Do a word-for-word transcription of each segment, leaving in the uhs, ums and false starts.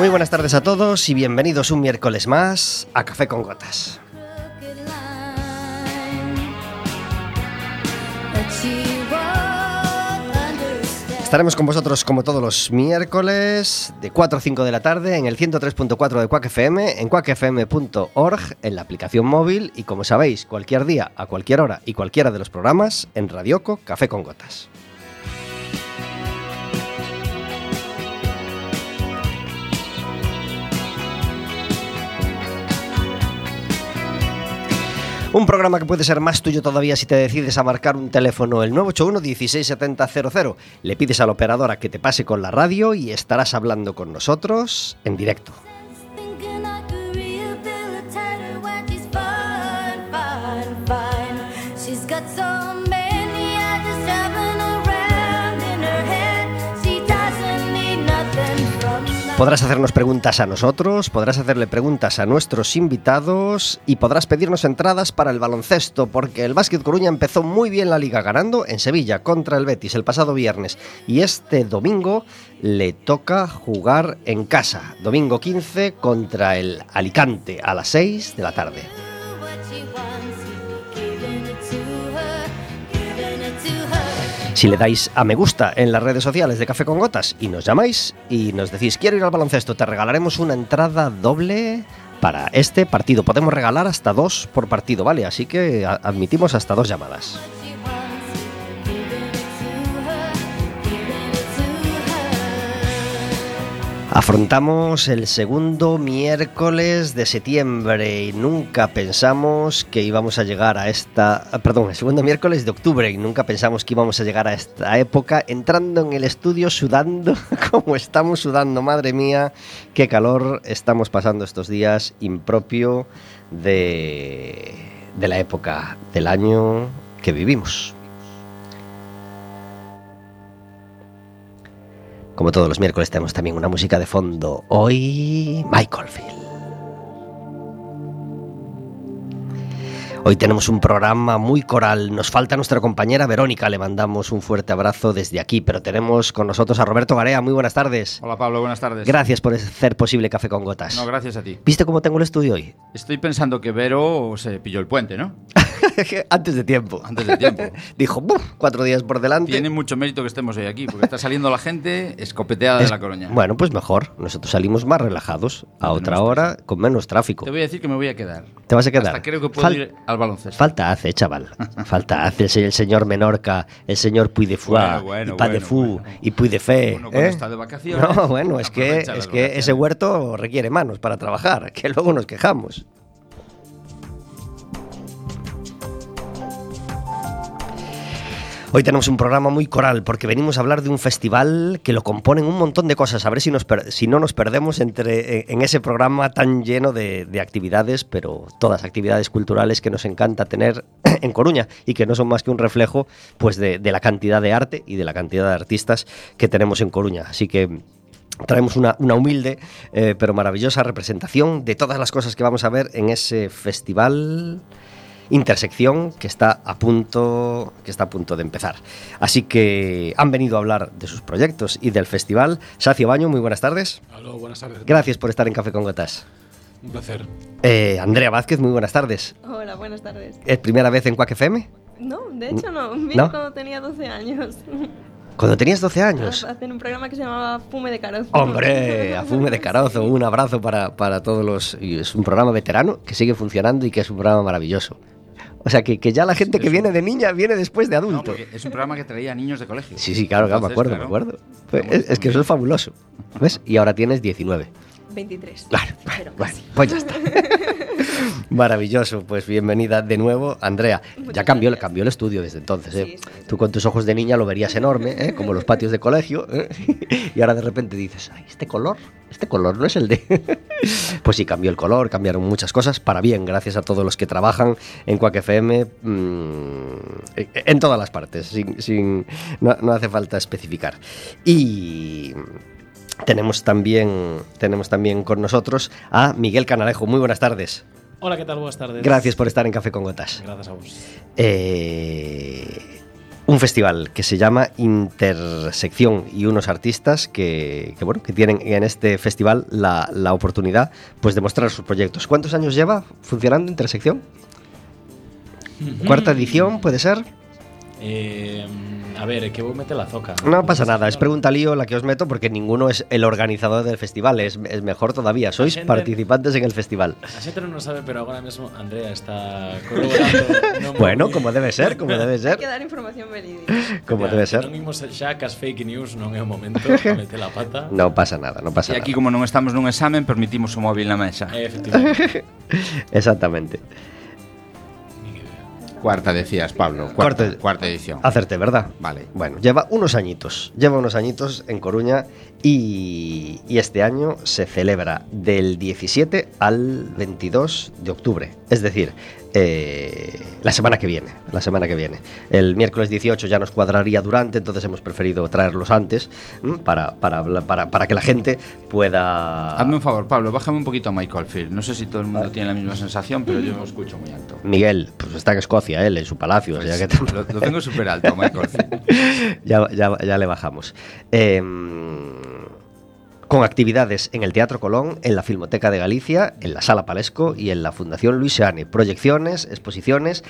Muy buenas tardes a todos y bienvenidos un miércoles más a Café con Gotas. Estaremos con vosotros como todos los miércoles de cuatro a cinco de la tarde en el ciento tres punto cuatro de Quack F M, en quack f m punto org, en la aplicación móvil y, como sabéis, cualquier día, a cualquier hora y cualquiera de los programas en Radioco Café con Gotas. Un programa que puede ser más tuyo todavía si te decides a marcar un teléfono, el nueve ocho uno, dieciséis setenta cero cero. Le pides a la operadora que te pase con la radio y estarás hablando con nosotros en directo. Podrás hacernos preguntas a nosotros, podrás hacerle preguntas a nuestros invitados y podrás pedirnos entradas para el baloncesto, porque el Básquet Coruña empezó muy bien la liga ganando en Sevilla contra el Betis el pasado viernes y este domingo le toca jugar en casa, domingo quince contra el Alicante a las seis de la tarde. Si le dais a me gusta en las redes sociales de Café con Gotas y nos llamáis y nos decís quiero ir al baloncesto, te regalaremos una entrada doble para este partido. Podemos regalar hasta dos por partido, ¿vale? Así que admitimos hasta dos llamadas. Afrontamos el segundo miércoles de septiembre y nunca pensamos que íbamos a llegar a esta... Perdón, el segundo miércoles de octubre y nunca pensamos que íbamos a llegar a esta época entrando en el estudio sudando como estamos sudando. Madre mía, qué calor estamos pasando estos días, impropio de, de la época del año que vivimos. Como todos los miércoles tenemos también una música de fondo. Hoy, Michael Field. Hoy tenemos un programa muy coral. Nos falta nuestra compañera Verónica. Le mandamos un fuerte abrazo desde aquí. Pero tenemos con nosotros a Roberto Garea. Muy buenas tardes. Hola Pablo, buenas tardes. Gracias por hacer posible Café con Gotas. No, gracias a ti. ¿Viste cómo tengo el estudio hoy? Estoy pensando que Vero se pilló el puente, ¿no? Antes de tiempo. Antes de tiempo. Dijo, ¡buf! Cuatro días por delante. Tiene mucho mérito que estemos hoy aquí, porque está saliendo la gente escopeteada es, de la Coruña. Bueno, pues mejor. Nosotros salimos más relajados, a no otra hora, tráfico. Con menos tráfico. Te voy a decir que me voy a quedar. ¿Te vas a quedar? Hasta creo que puedo Fal- ir al baloncesto. Falta hace, chaval. Falta hace el, el señor Menorca, el señor Puy de Foix, bueno, bueno, y Pas bueno, de Fou, bueno. y Puy de Fe. Uno cuando ¿eh? está de vacaciones. No, bueno, es que, es que ese huerto requiere manos para trabajar, que luego nos quejamos. Hoy tenemos un programa muy coral porque venimos a hablar de un festival que lo componen un montón de cosas. A ver si, nos per- si no nos perdemos entre, en ese programa tan lleno de, de actividades, pero todas actividades culturales que nos encanta tener en Coruña y que no son más que un reflejo pues, de, de la cantidad de arte y de la cantidad de artistas que tenemos en Coruña. Así que traemos una, una humilde eh, pero maravillosa representación de todas las cosas que vamos a ver en ese festival Intersección que está a punto que está a punto de empezar. Así que han venido a hablar de sus proyectos y del festival. Sacio Baño, muy buenas tardes. Hola, buenas tardes. Gracias por estar en Café con Gotas. Un placer. Eh, Andrea Vázquez, muy buenas tardes. Hola, buenas tardes. ¿Es primera vez en Quack F M? No, de hecho no. Vine ¿No? cuando tenía doce años. Cuando tenías doce años. Hacen un programa que se llamaba Fume de Carozo. ¡Hombre! A Fume de Carozo. Un abrazo para, para todos los... Y es un programa veterano que sigue funcionando y que es un programa maravilloso. O sea, que, que ya la gente que viene de niña viene después de adulto. No, es un programa que traía niños de colegio. Sí, sí, claro, claro, me acuerdo, claro. me acuerdo. Pues es, es que eso es fabuloso. ¿Ves? Y ahora tienes diecinueve. veintitrés. Claro, Pero bueno, casi. pues ya está. Maravilloso, pues bienvenida de nuevo, Andrea. Muchas ya cambió, gracias. cambió el estudio desde entonces, ¿eh? Sí, sí, sí. Tú con tus ojos de niña lo verías enorme, ¿eh? Como los patios de colegio, ¿eh? Y ahora de repente dices, ay, este color, este color no es el de... Pues sí, cambió el color, cambiaron muchas cosas para bien, gracias a todos los que trabajan en Quack F M, mmm, en todas las partes, sin, sin, no, no hace falta especificar. Y... Tenemos también, tenemos también con nosotros a Miguel Canalejo. Muy buenas tardes. Hola, ¿qué tal? Buenas tardes. Gracias por estar en Café con Gotas. Gracias a vos. Eh, Un festival que se llama Intersección y unos artistas que, que, bueno, que tienen en este festival la, la oportunidad pues, de mostrar sus proyectos. ¿Cuántos años lleva funcionando Intersección? ¿Cuarta edición, puede ser? Eh, a ver, que vou meter la zoca. No pasa nada, es pregunta lío la que os meto porque ninguno es el organizador del festival, es, es mejor todavía, sois xente, participantes en el festival. A xente non o sabe, pero agora mesmo Andrea está colaborando no Bueno, móvil. como debe ser, como debe Hay ser, que dar información verídica. como Ya, debe que ser. Non imos xa cas fake news, non é o momento para meter la pata. No pasa nada, no pasa E aquí, nada. como non estamos nun examen, permitimos o móvil na mesa. Eh, efectivamente. Exactamente. Cuarta decías, Pablo. Cuarta, Cuarta- cuarta edición. Hacerte, ¿verdad? Vale. Bueno, lleva unos añitos, lleva unos añitos en Coruña y, y este año se celebra del diecisiete al veintidós de octubre. Es decir, eh, la semana que viene, la semana que viene. El miércoles dieciocho ya nos cuadraría durante, entonces hemos preferido traerlos antes ¿m? para, para, hablar- para, para que la gente pueda... Hazme un favor, Pablo, bájame un poquito a Michael Field. No sé si todo el mundo tiene la misma sensación, pero yo lo escucho muy alto. Miguel, pues está en Escocia, él, en su palacio, o sea que Lo, lo tengo súper alto, Michael Field. ya, ya, ya le bajamos. Eh, con actividades en el Teatro Colón, en la Filmoteca de Galicia, en la Sala Palesco y en la Fundación Luis Seane. Proyecciones, exposiciones,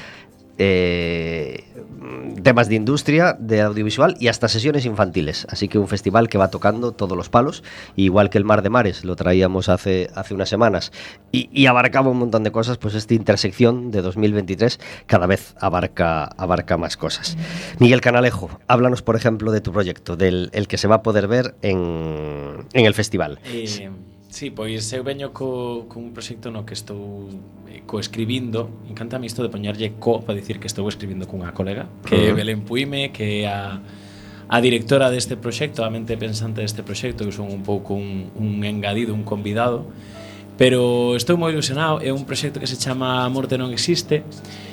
eh, temas de industria, de audiovisual y hasta sesiones infantiles. Así que un festival que va tocando todos los palos, igual que el Mar de Mares, lo traíamos hace, hace unas semanas, y, y abarcaba un montón de cosas, pues esta intersección de dos mil veintitrés cada vez abarca, abarca más cosas. Miguel Canalejo, háblanos, por ejemplo, de tu proyecto, del el que se va a poder ver en, en el festival. Eh, sí, pois eu veño co, co un proxecto no que estou eh, coescribindo. Encántame isto de poñerlle co para dicir que estou escribindo cunha colega, que é Uh-huh. Belén Puime, que é a, a directora deste proxecto, a mente pensante deste proxecto. Eu son un pouco un, un engadido, un convidado, pero estou moi ilusionado. É un proxecto que se chama A morte non existe.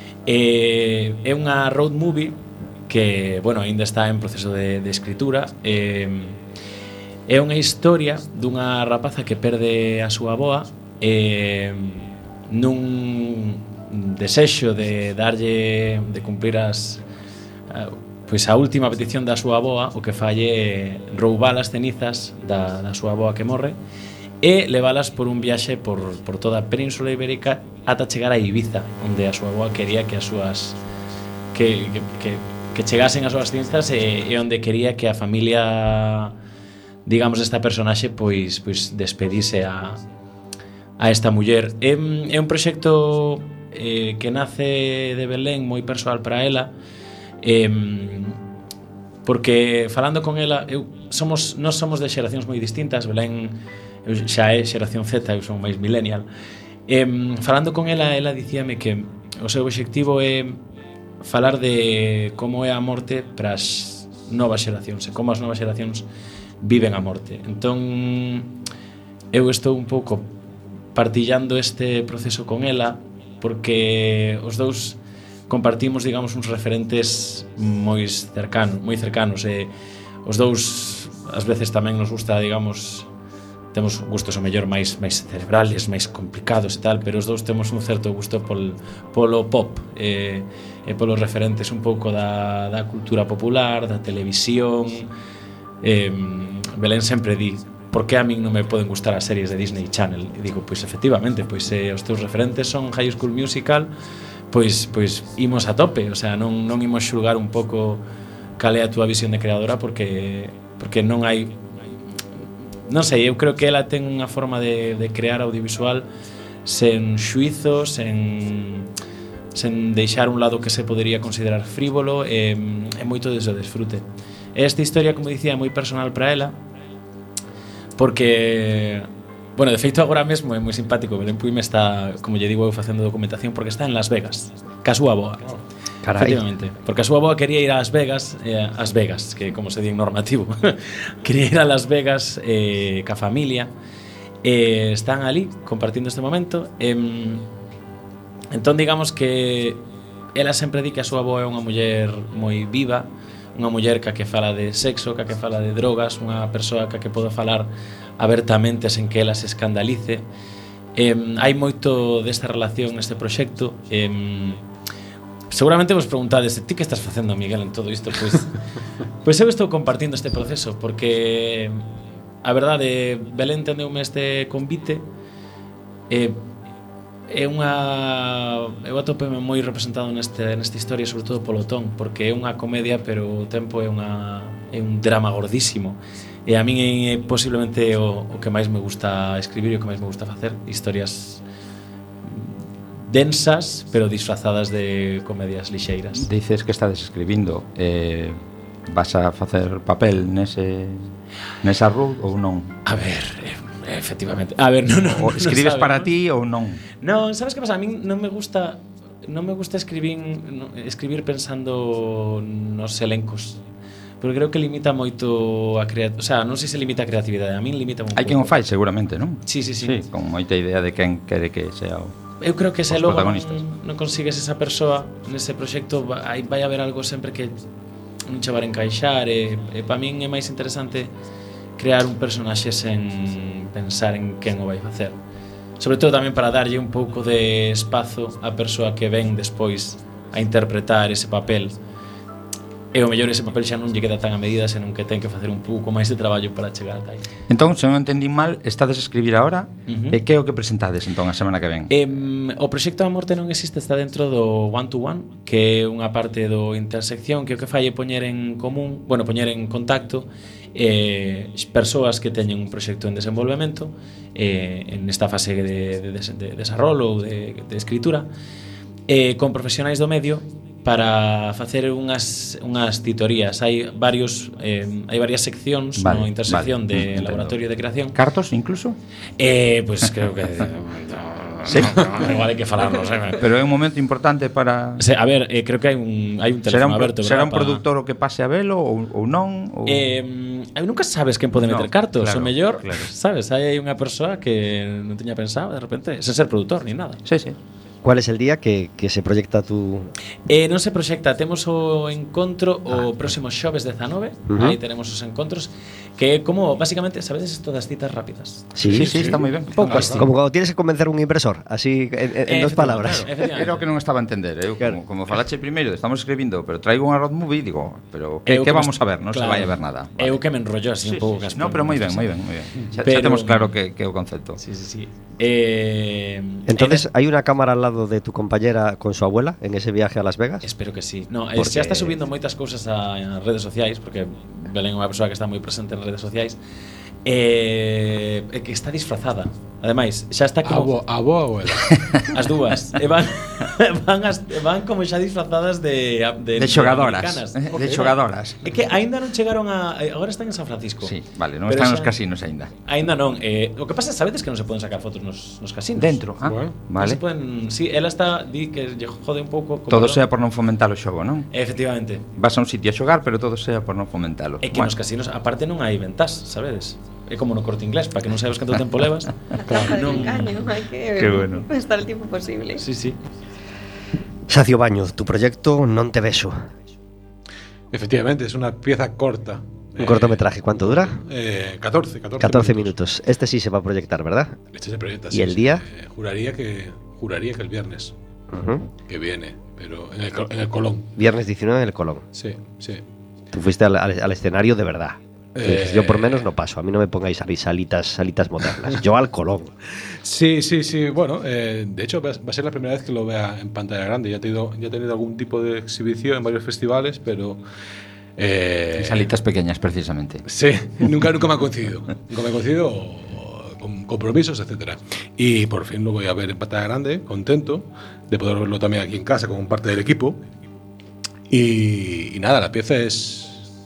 Eh, é unha road movie que, bueno, aínda está en proceso de, de escritura. Eh, É unha historia dunha rapaza que perde a súa avoa eh, nun desexo de darlle de cumprir as a, pois a última petición da súa avoa, o que falle é roubar as cenizas da, da súa avoa que morre e levalas por un viaxe por, por toda a Península Ibérica ata chegar a Ibiza, onde a súa avoa quería que as súas que, que, que, que chegasen as súas cenizas e, e onde quería que a familia, digamos, esta personaxe pois pois despedise a a esta muller. É, é un proxecto eh, que nace de Belén, moi persoal para ela, eh, porque falando con ela, eu somos nós somos de xeracións moi distintas. Belén eu xa é xeración Z, eu son máis millennial. Eh, falando con ela, ela dicíame que o seu obxectivo é falar de como é a morte para as novas xeracións e como as novas xeracións viven a morte. Entón eu estou un pouco partillando este proceso con ela porque os dous compartimos, digamos, uns referentes moi cercanos, moi cercanos e os dous ás veces tamén nos gusta, digamos, temos gustos o mellor máis máis cerebrales, máis complicados e tal, pero os dous temos un certo gusto pol, polo pop e, e polos referentes un pouco da, da cultura popular, da televisión. Eh, Belén sempre di: por que a min non me poden gustar as series de Disney Channel? E digo, pois efectivamente, pois se eh, os teus referentes son High School Musical, pois pois imos a tope, o sea, non non imos xulgar un pouco cal é a túa visión de creadora porque porque non hai, non sei, eu creo que ela ten unha forma de, de crear audiovisual sen xuizo, sen sen deixar un lado que se podería considerar frívolo e, e moito desde o desfrute. Esta historia, como dicía, é moi personal para ela porque, bueno, de feito agora mesmo é moi simpático. Belén Puime está, como lle digo eu, facendo documentación porque está en Las Vegas ca súa avoa. Carai. Efectivamente, porque a súa avoa quería ir a Las Vegas, eh, As Vegas, que como se di en normativo, quería ir a Las Vegas eh, ca familia. Eh, están ali compartindo este momento. Eh, entón, digamos que ela sempre di que a súa avoa é unha muller moi viva, unha muller ca que fala de sexo, ca que fala de drogas, unha persoa ca que pode falar abertamente sen que ela se escandalice. Eh, hai moito desta relación neste proxecto. Eh, seguramente vos preguntades, ti que estás facendo, Miguel, en todo isto? Pois pois eu estou compartindo este proceso porque a verdade, Belén tendeume este convite e é unha eu atopeme moi representado neste nesta historia, sobre todo polo ton, porque é unha comedia, pero o tempo é unha é un drama gordísimo. E a min é posiblemente o, o que máis me gusta escribir e o que máis me gusta facer, historias densas, pero disfrazadas de comedias lixeiras. Dices que estades escribindo, eh, vas a facer papel nese nesa rúa ou non? A ver, eh, efectivamente. A ver, non, non, O escribes no sabe, para ¿no? ti ou non? Non, sabes que pasa? A min non me gusta non me gusta escribir no, escribir pensando nos elencos. Porque creo que limita moito a creatividade, o sea, non sei se limita a creatividade, a min limita un pouco. Hai quen o fai seguramente, non? Sí, sí, sí. Sí, con moita idea de quen quere que sea o Eu creo que se os logo non, protagonistas. non consigues esa persoa nese proxecto, vai, vai haber algo sempre que non che vai encaixar e, e para min é máis interesante crear un personaxe sen pensar en quen o vai facer. Sobre todo tamén para darlle un pouco de espazo á persoa que ven despois a interpretar ese papel. E o mellor ese papel xa non lle queda tan a medida, senón que ten que facer un pouco máis de traballo para chegar ata aí. Entón, se non entendí mal, estades a escribir agora, Uh-huh. e que é o que presentades entón a semana que ven? Eh, o proxecto A Morte non existe, está dentro do One to One, que é unha parte do intersección que o que fai é poñer en común, bueno, poñer en contacto eh, persoas que teñen un proxecto en desenvolvemento eh, en esta fase de, de, de, de desarrollo ou de, de escritura eh, con profesionais do medio para facer unhas unhas titorías. Hai varios eh, hai varias seccións Vale, no intersección vale, de entendo. laboratorio de creación. Cartos incluso? Eh, pues creo que sí. Igual hai que falarnos, eh. Pero é un momento importante para... O sea, a ver, eh, creo que hai un hai un Será teléfono un, aberto, será un ¿verdad? productor o que pase a velo ou, ou non? Ou... Eh, nunca sabes quen pode meter No, cartos, claro, o mellor, claro. sabes, hai unha persoa que non teña pensado de repente, sen ser produtor ni nada. Sí, sí. ¿Cuál es el día que, que se proyecta tu...? Eh, non se proxecta, temos o encontro Ah, o próximo xoves dezanove, Uh-huh. aí tenemos os encontros, que é como, básicamente, sabedes isto das citas rápidas? Sí, Sí, sí, está moi ben. Pouco así. Como cuando tienes que convencer a un inversor, así en, en- en dos Efectivamente, palabras. claro, efectivamente. Era o que non estaba a entender. Eu, Claro. como, como falache primeiro, estamos escribindo, pero traigo unha road movie, digo, pero que, Eu que me vamos est- a ver? Non se claro, vai a ver nada. Eu que me enrollo así un pouco. No, pero moi ben, moi ben, moi ben. Xa, xa Pero- temos claro que, que é o concepto. Sí, sí, sí. Eh, Entonces, eh, ¿hay una cámara al lado de tu compañera con su abuela en ese viaje a Las Vegas? Espero que sí. No, eh, Porque- xa está subindo moitas cousas a, a redes sociais, porque Belén é unha persoa que está moi presente en redes sociais. Eh, e que está disfrazada. Ademais, xa está como A boa abuela. as dúas. E van van, as, van como xa disfrazadas de de, De xogadoras. americanas. De xogadoras. É que aínda non chegaron a agora están en San Francisco. Sí, vale, non Pero están xa- nos casinos aínda. Aínda non. Eh, o que pasa, sabedes que non se poden sacar fotos nos, nos casinos. Dentro, ah, Bueno. Non vale. se poden, sí, ela está di que lle jode un pouco como Todo non- sea por non fomentar o xogo, non? Efectivamente. Vas a un sitio a xogar, pero todo sea por non fomentalo. É que nos casinos, aparte non hai ventas, sabedes? É como no Corte Inglés, para que non sabes canto tempo levas. La trampa del Non- engaño, hay que Qué bueno. estar el tiempo posible. Sí, sí. Sacio Baño, tu proyecto Non te beso. Efectivamente, es una pieza corta. Un cortometraje, ¿cuánto dura? Eh, catorce, catorce, catorce minutos. Este sí se va a proyectar, ¿verdad? Este se proyecta, ¿Y sí, el sí. día? Eh, juraría que juraría que el viernes Ujú. que viene, pero en el, Col- en el Colón. Viernes diecinueve en el Colón. Sí, sí. Tú fuiste al, al- al escenario de verdad. Y dices, Eh, yo por menos no paso, a mí no me pongáis ahí salitas, salitas modernas. Yo al Colón. Sí, sí, sí. Bueno, eh, de hecho va va a ser la primera vez que lo vea en pantalla grande. Ya he tenido, ya he tenido algún tipo de exhibición en varios festivales, pero eh, Salitas pequeñas, precisamente. Sí, nunca, nunca me ha coincidido. Nunca me ha coincidido o- con compromisos, etcétera. Y por fin lo voy a ver en pantalla grande, contento de poder verlo también aquí en casa como parte del equipo. Y, y nada, la pieza es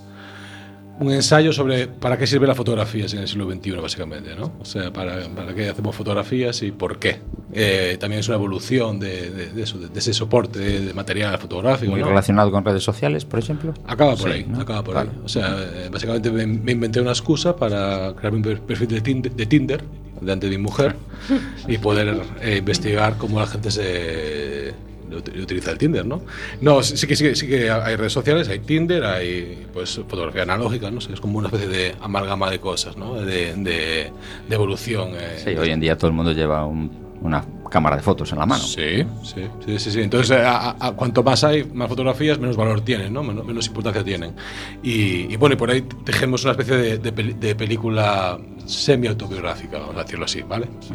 un ensayo sobre para qué sirven las fotografías en el siglo veintiuno, básicamente, ¿no? O sea, para, para qué hacemos fotografías y por qué. Eh, también es una evolución de, de, de eso, de, de ese soporte de, de material fotográfico, Muy ¿no? relacionado con redes sociales, por ejemplo. Acaba por Sí, ahí, ¿no? acaba por Vale. ahí. O sea, eh, básicamente me, me inventé una excusa para crear un per- perfil de Tinder, de Tinder delante de mi mujer y poder eh, investigar cómo la gente se ut- utiliza el Tinder, ¿no? No, sí sí que, sí que sí que hay redes sociales, hay Tinder, hay pues fotografía analógica, no sé, es como una especie de amalgama de cosas, ¿no? De, de, de evolución. eh. Sí, hoy en día todo el mundo lleva un- una cámara de fotos en la mano. Sí, sí, sí, sí, sí. Entonces, a, a, cuanto más hay, más fotografías, menos valor tienen, ¿no? Menos, menos importancia tienen. Y, y bueno, y por ahí tejemos una especie de, de, peli, de película semi-autobiográfica, vamos a decirlo así, ¿vale? Sí.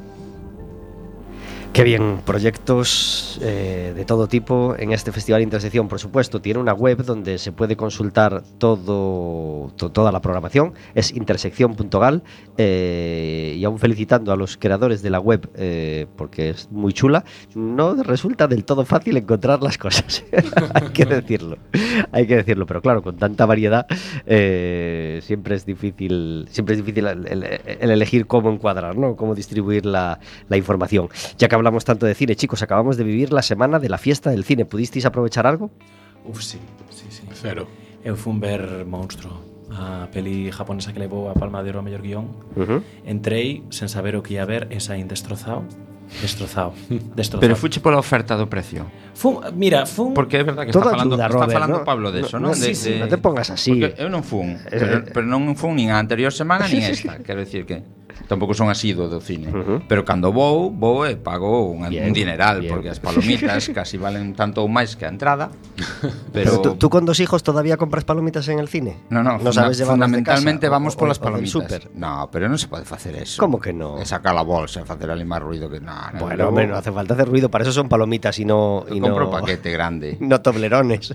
Qué bien, proyectos eh, de todo tipo en este Festival Intersección, por supuesto. Tiene una web donde se puede consultar todo, to, toda la programación, es intersección punto gal, eh, y aún felicitando a los creadores de la web, eh, porque es muy chula, no resulta del todo fácil encontrar las cosas, hay que decirlo, hay que decirlo, pero claro, con tanta variedad eh, siempre es difícil, siempre es difícil el, el, el elegir cómo encuadrar, ¿no? Cómo distribuir la, la información. Ya que hablamos tanto de cine, chicos, acabamos de vivir la semana de la fiesta del cine. ¿Pudisteis aprovechar algo? Uf, sí, sí, sí. Cero. Eu fun ver Monstruo, a peli japonesa que levou a Palma de Oro a mellor guión. Uh-huh. Entrei sen saber o que ia ver e saín destrozado. Destrozado. Destrozado. Pero fuche pola oferta do precio. Fun, mira, fun... Porque é verdad que Todo está falando, ayuda, está Robert, falando ¿no? Pablo de eso, No, ¿no? no, De, sí, sí, de, no te pongas así. Porque eu non fun, pero, pero non fun nin a anterior semana nin esta. Quero decir que tampouco son asiduo do cine. Uh-huh. Pero cando vou, vou e pago un, Bien, un dineral, bien. porque as palomitas casi valen tanto ou máis que a entrada. Pero, Pero, ¿tú, tú con dos hijos todavía compras palomitas en el cine? No, no, ¿No funda- sabes llevarlas de fundamentalmente casa? vamos O- polas o- o del palomitas. súper. No, pero non se pode facer eso. ¿Cómo que no? É sacar a bolsa e facer ali máis ruido que nada. Bueno, hombre, no hace falta hacer ruido, para eso son palomitas y no... Y compro no... paquete grande. No toblerones.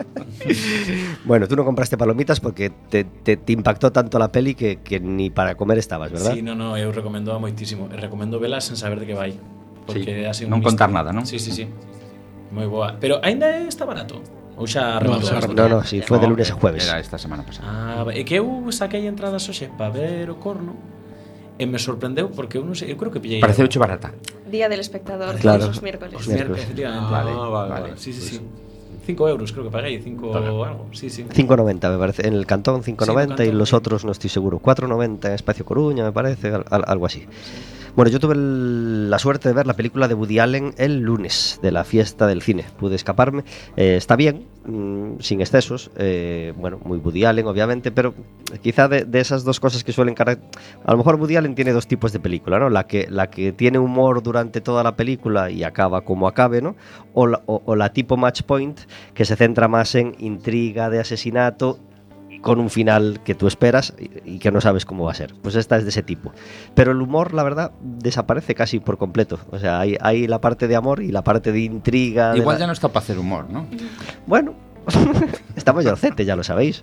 Bueno, tú no compraste palomitas porque te, te, te impactó tanto la peli que, que ni para comer estabas, ¿verdad? Sí, no, no, eu recomendo moitísimo. E recomendo velas sen saber de que vai. Porque Sí, así un non misterio. contar nada, non? Sí, sí, sí. Moi boa. Pero aínda está barato. Ou xa No, rematou? xa Esta? No, no, sí, fue de No, lunes a jueves. Era esta semana pasada. Ah, é que eu saquei entradas hoxe para ver o Corno e me sorprendeu porque eu non sei, eu creo que pillei Pareceuche barata. Día del espectador, Claro. todos los miércoles. os Miércoles. miércoles, efectivamente. Ah, vale, vale, vale. Sí, sí, sí. cinco euros creo que paguei, cinco algo. Sí, sí. cinco noventa me parece, en el Cantón cinco noventa Sí, y no, los Cantón, otros no estoy seguro, cuatro noventa en Espacio Coruña me parece, al, al, algo así. Bueno, yo tuve el, la suerte de ver la película de Woody Allen el lunes de la fiesta del cine, pude escaparme, eh, está bien, mmm, sin excesos, eh, bueno, muy Woody Allen obviamente, pero quizá de, de esas dos cosas que suelen caracterizar, a lo mejor Woody Allen tiene dos tipos de película, ¿no? La que, la que tiene humor durante toda la película y acaba como acabe, ¿no? O la, o, o la tipo Match Point, que se centra más en intriga de asesinato con un final que tú esperas y, y que no sabes cómo va a ser. Pues esta es de ese tipo. Pero el humor, la verdad, desaparece casi por completo. O sea, hay, hay la parte de amor y la parte de intriga. de Igual la... ya no está para hacer humor, ¿no? Bueno, está mayorcete, ya lo sabéis.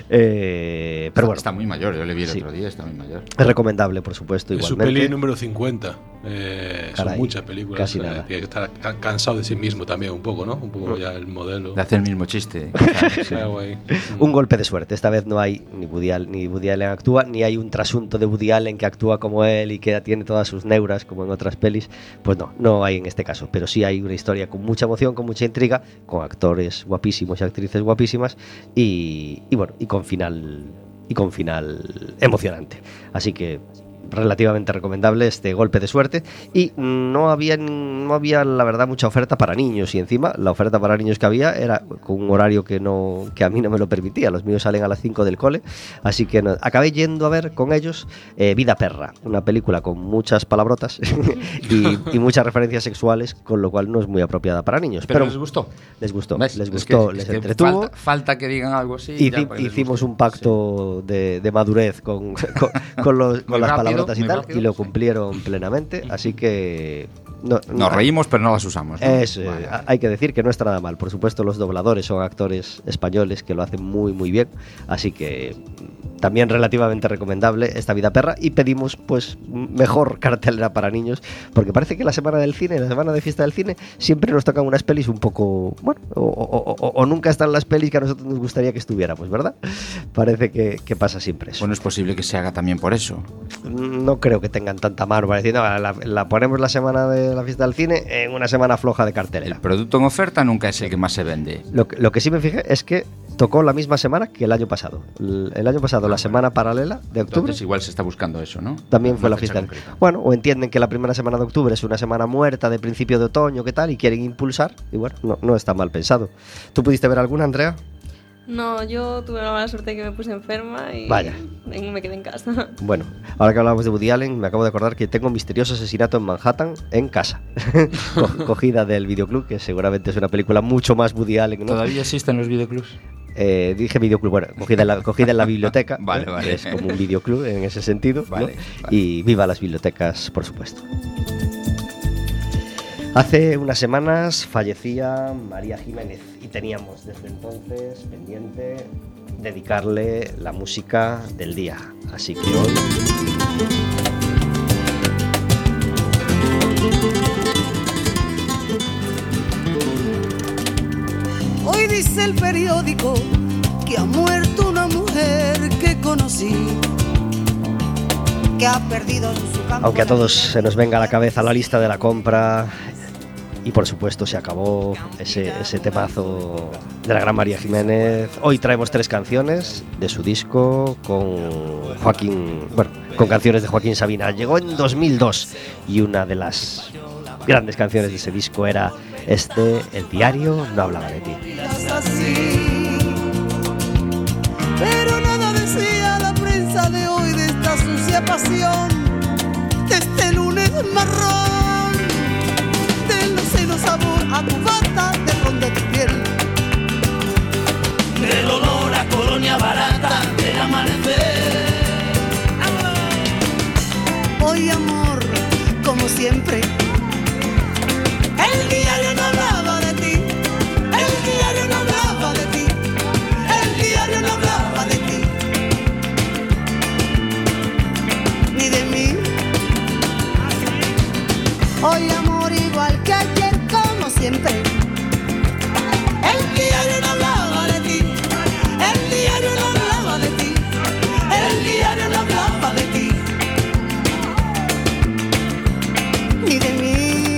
Eh, pero bueno, Está muy mayor, yo le vi el Sí. otro día, está muy mayor. es recomendable, por supuesto, Es su igualmente. peli número cincuenta. Eh, Caray, son muchas películas. casi eh, nada. Tiene que estar ca- cansado de sí mismo también, un poco, ¿no? Un poco ya el modelo. De hacer el mismo chiste. Ah, guay. Un golpe de suerte. Esta vez no hay ni Woody Allen, ni Woody Allen actúa, ni hay un trasunto de Woody Allen que actúa como él y que tiene todas sus neuras como en otras pelis. Pues no, no hay en este caso. Pero sí hay una historia con mucha emoción, con mucha intriga, con actores guapísimos y actrices guapísimas y, y bueno, y con final y con final emocionante. Así que relativamente recomendable este golpe de suerte y no había no había la verdad mucha oferta para niños y encima la oferta para niños que había era con un horario que no que a mí no me lo permitía, los míos salen a las cinco del cole, así que no, acabé yendo a ver con ellos eh, Vida Perra, una película con muchas palabrotas y, y muchas referencias sexuales, con lo cual no es muy apropiada para niños, Pero pero, les gustó. les gustó, ¿Ves? les Es gustó, que- les es que entretuvo. Falta, falta que digan algo así. Hici- ya para que les hicimos guste. un pacto de, de madurez con, con, con los- con Muy las rápido, palabrotas y muy tal, rápido, y lo sí. cumplieron plenamente, así que... No, Sí. Nos reímos, pero no las usamos. ¿no? Es, eh, Vale, vale. hay que decir que no está nada mal. Por supuesto, los dobladores son actores españoles que lo hacen muy, muy bien. Así que mm, también relativamente recomendable esta Vida Perra. Y pedimos, pues, mejor cartelera para niños, porque parece que la semana del cine, la semana de fiesta del cine, siempre nos tocan unas pelis un poco, bueno, o, o- o- o nunca están las pelis que a nosotros nos gustaría que estuviéramos, ¿verdad? Parece que, que pasa siempre eso. Bueno, es posible que se haga también por eso. No creo que tengan tanta mano para decir, no, la, la ponemos la semana de la fiesta del cine en una semana floja de cartelera. El producto en oferta nunca es el que más se vende. Lo que, lo que sí me fijé es que tocó la misma semana que el año pasado. El, el año pasado, la semana paralela de octubre, Entonces igual se está buscando eso, ¿no? también fue Una la fecha fiesta del concreta. Bueno, o entienden que la primera semana de octubre es una semana muerta de principio de otoño, ¿qué tal? Y quieren impulsar. Y bueno, no, no está mal pensado. ¿Tú pudiste ver alguna, Andrea? No, yo tuve la mala suerte de que me puse enferma y Vaya. me quedé en casa. Bueno, ahora que hablamos de Woody Allen, me acabo de acordar que tengo un misterioso asesinato en Manhattan en casa. Co- cogida del videoclub, que seguramente es una película mucho más Woody Allen, ¿no? ¿Todavía existen los videoclubs? Eh, dije videoclub, bueno, cogida en la, cogida en la biblioteca. Vale, ¿eh? vale. Es como un videoclub en ese sentido, ¿no? Vale, vale. Y viva las bibliotecas, por supuesto. Hace unas semanas fallecía María Jiménez y teníamos desde entonces pendiente dedicarle la música del día. Así que hoy... Hoy dice el periódico que ha muerto una mujer que conocí, que ha perdido en su campo. Aunque a todos se nos venga a la cabeza la lista de la compra y por supuesto se acabó ese, ese temazo de la gran María Jiménez. Hoy traemos tres canciones de su disco con Joaquín, bueno, con canciones de Joaquín Sabina. Llegó en dos mil dos y una de las grandes canciones de ese disco era este, El diario no hablaba de ti. Así, pero nada decía la prensa de hoy de esta sucia pasión, de este lunes marrón, del oceno sabor a cubata de ron de tu piel, del olor a colonia barata del amanecer. hoy amor, como siempre. El diario no hablaba de ti, el diario no hablaba de ti, el diario no hablaba de ti, ni de mí. Hoy amor igual que ayer, como siempre. El diario no hablaba de ti, el diario no hablaba de ti, el diario no hablaba de ti, ni de mí.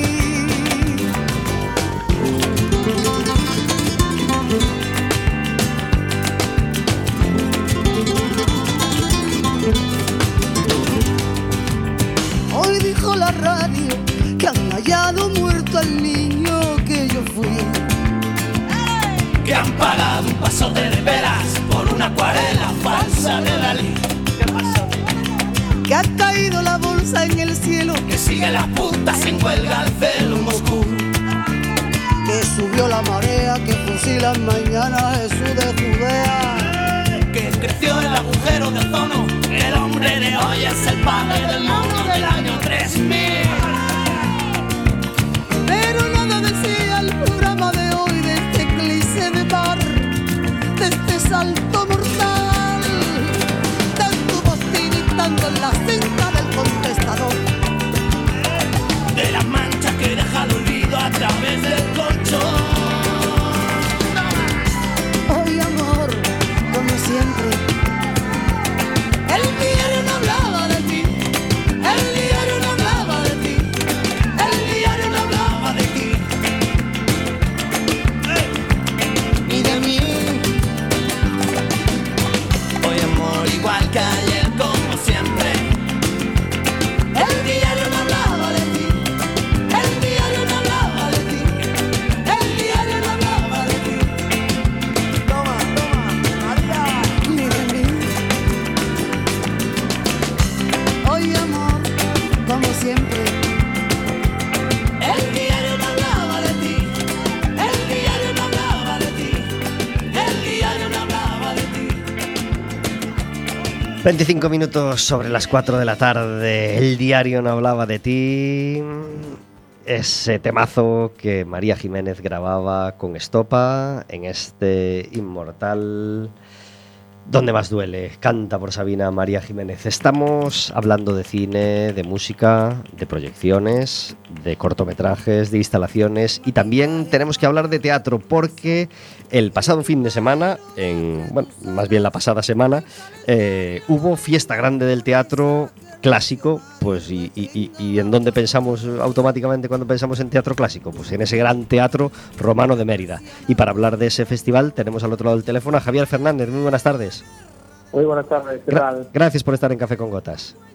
Hoy dijo la radio que han hallado muerto al niño que yo fui, Que han pagado un pasote de veras por una acuarela falsa de Dalí. ¿Qué pasó? que ha caído la bolsa en el cielo, Que sigue las putas en huelga al celo en Moscú. que subió la marea, que fusilan mañana a Jesús de Judea, Que creció el agujero de ozono. El hombre de hoy es el padre del mono del año tres mil. pero nada decía el programa de hoy de este eclipse de mar, de este salto mortal, tanto voz tiritando en la cinta del contestador. De las manchas que deja el olvido a través del colchón. Hoy amor, como siempre. El diario no hablaba de ti, el diario no hablaba de ti, el diario no hablaba de ti, ni de mí. Hoy amor igual que ayer como siempre. El diario no hablaba de ti, el diario no hablaba de ti, el diario no hablaba de ti. Toma, toma, María. Ni de mí. Hoy amor, como siempre. El diario no hablaba de ti. El diario no hablaba de ti. El diario no hablaba de ti. veinticinco minutos sobre las cuatro de la tarde. El diario no hablaba de ti. Ese temazo que María Jiménez grababa con Estopa en este inmortal Donde más duele. Canta por Sabina María Jiménez. Estamos hablando de cine, de música, de proyecciones, de cortometrajes, de instalaciones y también tenemos que hablar de teatro porque el pasado fin de semana, en, bueno, más bien la pasada semana, eh, hubo fiesta grande del teatro clásico, pues y, y, y en dónde pensamos automáticamente cuando pensamos en teatro clásico, pues en ese gran teatro romano de Mérida. Y para hablar de ese festival tenemos al otro lado del teléfono a Javier Fernández. Muy buenas tardes. Muy buenas tardes, ¿qué Gra- tal? Gracias por estar en Café con Gotas.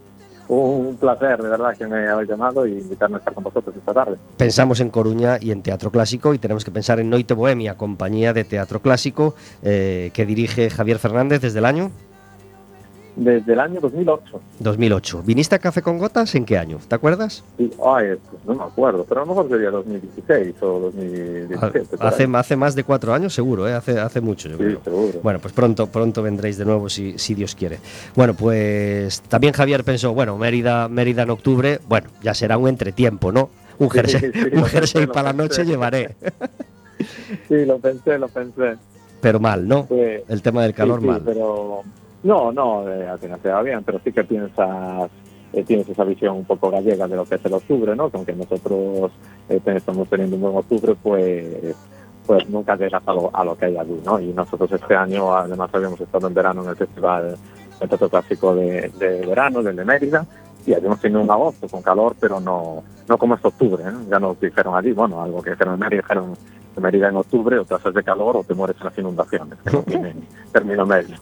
Un placer, de verdad, que me habéis llamado y invitarme a estar con vosotros esta tarde. Pensamos en Coruña y en Teatro Clásico, y tenemos que pensar en Noite Bohemia, compañía de teatro clásico eh, que dirige Javier Fernández desde el año Desde el año dos mil ocho. dos mil ocho. ¿Viniste a Café con Gotas en qué año? ¿Te acuerdas? Sí, ay, pues no me acuerdo, pero a lo mejor sería dos mil dieciséis o dos mil diecisiete. por Hace, ahí. hace más de cuatro años, seguro, ¿eh? hace, hace mucho, yo Sí, creo. seguro. Bueno, pues pronto, pronto vendréis de nuevo si, si Dios quiere. Bueno, pues también Javier pensó, bueno, Mérida, Mérida en octubre, bueno, ya será un entretiempo, ¿no? Un Sí, jersey, sí, un lo jersey pensé, lo para la pensé. noche llevaré. Sí, lo pensé, lo pensé. Pero mal, ¿no? Pues, El tema del calor sí, sí, mal. pero no, no, eh, al final se va bien, pero sí que piensas, eh, tienes esa visión un poco gallega de lo que es el octubre, ¿no? Que aunque nosotros eh, estamos teniendo un buen octubre, pues pues nunca llegas a lo, a lo que hay allí, ¿no? Y nosotros este año además habíamos estado en verano en el Festival de Teatro Clásico de, de Verano, del de Mérida, y habíamos tenido un agosto con calor, pero no no como este octubre, ¿eh? Ya nos dijeron allí, bueno, algo que dijeron en Mérida, dijeron en Mérida en octubre o te haces de calor o te mueres en las inundaciones, que no tiene término medio.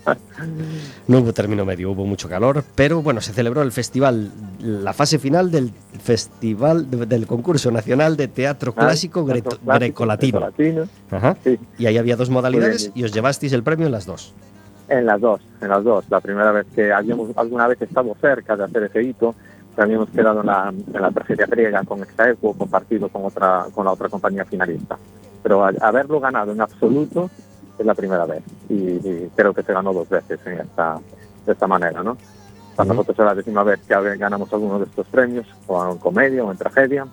No hubo término medio, hubo mucho calor, pero bueno, se celebró el festival, la fase final del festival de- del concurso nacional de teatro clásico Ah, greto- clásico, grecolatino. grecolatino. Ajá. Sí. Y ahí había dos modalidades Muy y os llevasteis el premio en las dos. En las dos, en las dos. La primera vez que habíamos alguna vez estado cerca de hacer ese hito, que habíamos quedado en la, en la tragedia griega con Exaequo, compartido con otra con la otra compañía finalista. Pero al haberlo ganado en absoluto es la primera vez. Y, y creo que se ganó dos veces en esta, de esta manera, ¿no? Para Ujú. nosotros es la décima vez que ganamos alguno de estos premios, o en comedia o en tragedia.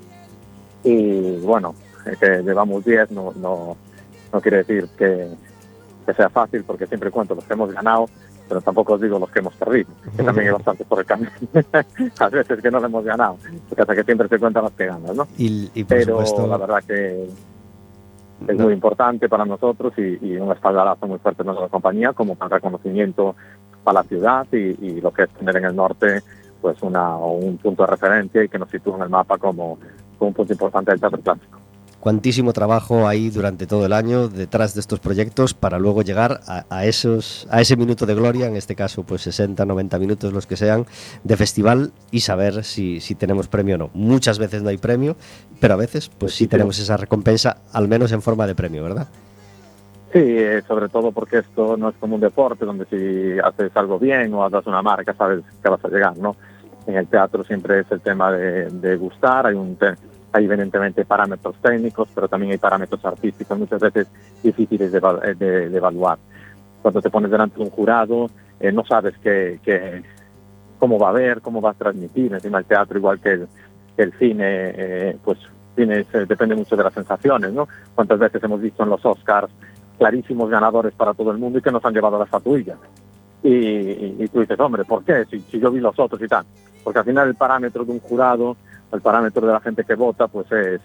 Y bueno, eh, que llevamos diez no, no, no quiere decir que, que sea fácil, porque siempre cuento los que hemos ganado, pero tampoco os digo los que hemos perdido, que también hay bastante por el camino. A veces que no lo hemos ganado, porque hasta que siempre se cuentan los que ganas, ¿no? Y, y por Pero supuesto, la verdad que es no, muy importante para nosotros y, y un espaldarazo muy fuerte en nuestra compañía, como para reconocimiento para la ciudad y, y lo que es tener en el norte pues una un punto de referencia y que nos sitúe en el mapa como, como un punto importante del teatro clásico. cuantísimo trabajo ahí durante todo el año detrás de estos proyectos para luego llegar a, a esos a ese minuto de gloria, en este caso pues sesenta, noventa minutos, los que sean, de festival, y saber si, si tenemos premio o no. Muchas veces no hay premio, pero a veces pues sí tenemos esa recompensa, al menos en forma de premio, ¿verdad? Sí, eh, sobre todo porque esto no es como un deporte donde si haces algo bien o haces una marca sabes que vas a llegar, ¿no? En el teatro siempre es el tema de, de gustar, hay un te hay evidentemente parámetros técnicos, pero también hay parámetros artísticos muchas veces difíciles de, de, de evaluar. Cuando te pones delante de un jurado, eh, no sabes qué, qué, cómo va a ver, cómo va a transmitir. Encima el teatro, igual que el, que el cine, eh, pues cine eh, depende mucho de las sensaciones, ¿no? Cuántas veces hemos visto en los Oscars clarísimos ganadores para todo el mundo y que nos han llevado la estatuilla. Y, y, y tú dices, hombre, ¿por qué? Si, si yo vi los otros y tal. Porque al final el parámetro de un jurado, el parámetro de la gente que vota, pues es,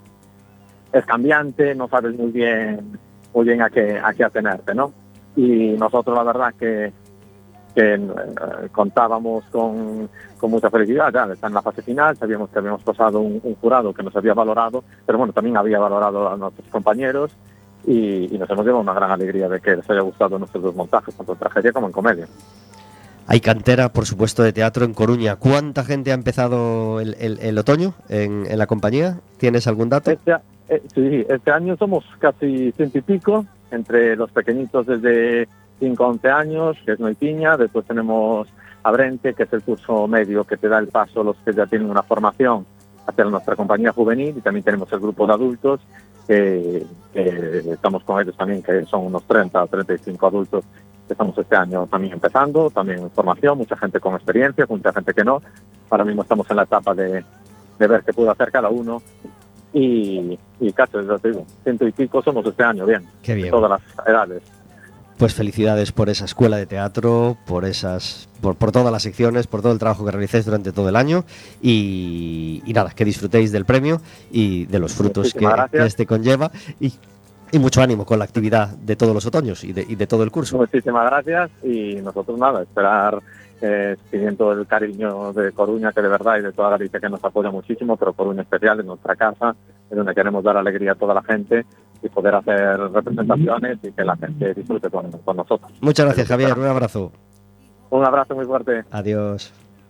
es cambiante, no sabes muy bien, muy bien a qué, a qué atenerte, ¿no? Y nosotros la verdad que, que eh, contábamos con, con mucha felicidad, ya está en la fase final, sabíamos que habíamos pasado un, un jurado que nos había valorado, pero bueno, también había valorado a nuestros compañeros y, y nos hemos llevado una gran alegría de que les haya gustado nuestros dos montajes, tanto en tragedia como en comedia. Hay cantera, por supuesto, de teatro en Coruña. ¿Cuánta gente ha empezado el, el, el otoño en, en la compañía? ¿Tienes algún dato? Este, eh, sí, este año somos casi ciento y pico, entre los pequeñitos desde cinco a once años, que es Noitiña, después tenemos Abrente, que es el curso medio que te da el paso a los que ya tienen una formación hacia nuestra compañía juvenil, y también tenemos el grupo de adultos, que, que estamos con ellos también, que son unos treinta o treinta y cinco adultos. Estamos este año también empezando, también en formación, mucha gente con experiencia, mucha gente que no. Ahora mismo estamos en la etapa de, de ver qué puede hacer cada uno. Y, y casi, ya te digo, ciento y pico somos este año, bien. Qué bien. De todas las edades. Pues felicidades por esa escuela de teatro, por esas, por, por todas las secciones, por todo el trabajo que realicéis durante todo el año y, y nada, que disfrutéis del premio y de los frutos que, que este conlleva y, y mucho ánimo con la actividad de todos los otoños y de, y de todo el curso. Muchísimas gracias y nosotros nada, esperar eh, pidiendo el cariño de Coruña, que de verdad y de toda Galicia que nos apoya muchísimo, pero Coruña especial es nuestra casa, es donde queremos dar alegría a toda la gente y poder hacer representaciones y que la gente disfrute con, con nosotros. Muchas gracias, Javier, un abrazo. Un abrazo muy fuerte. Adiós.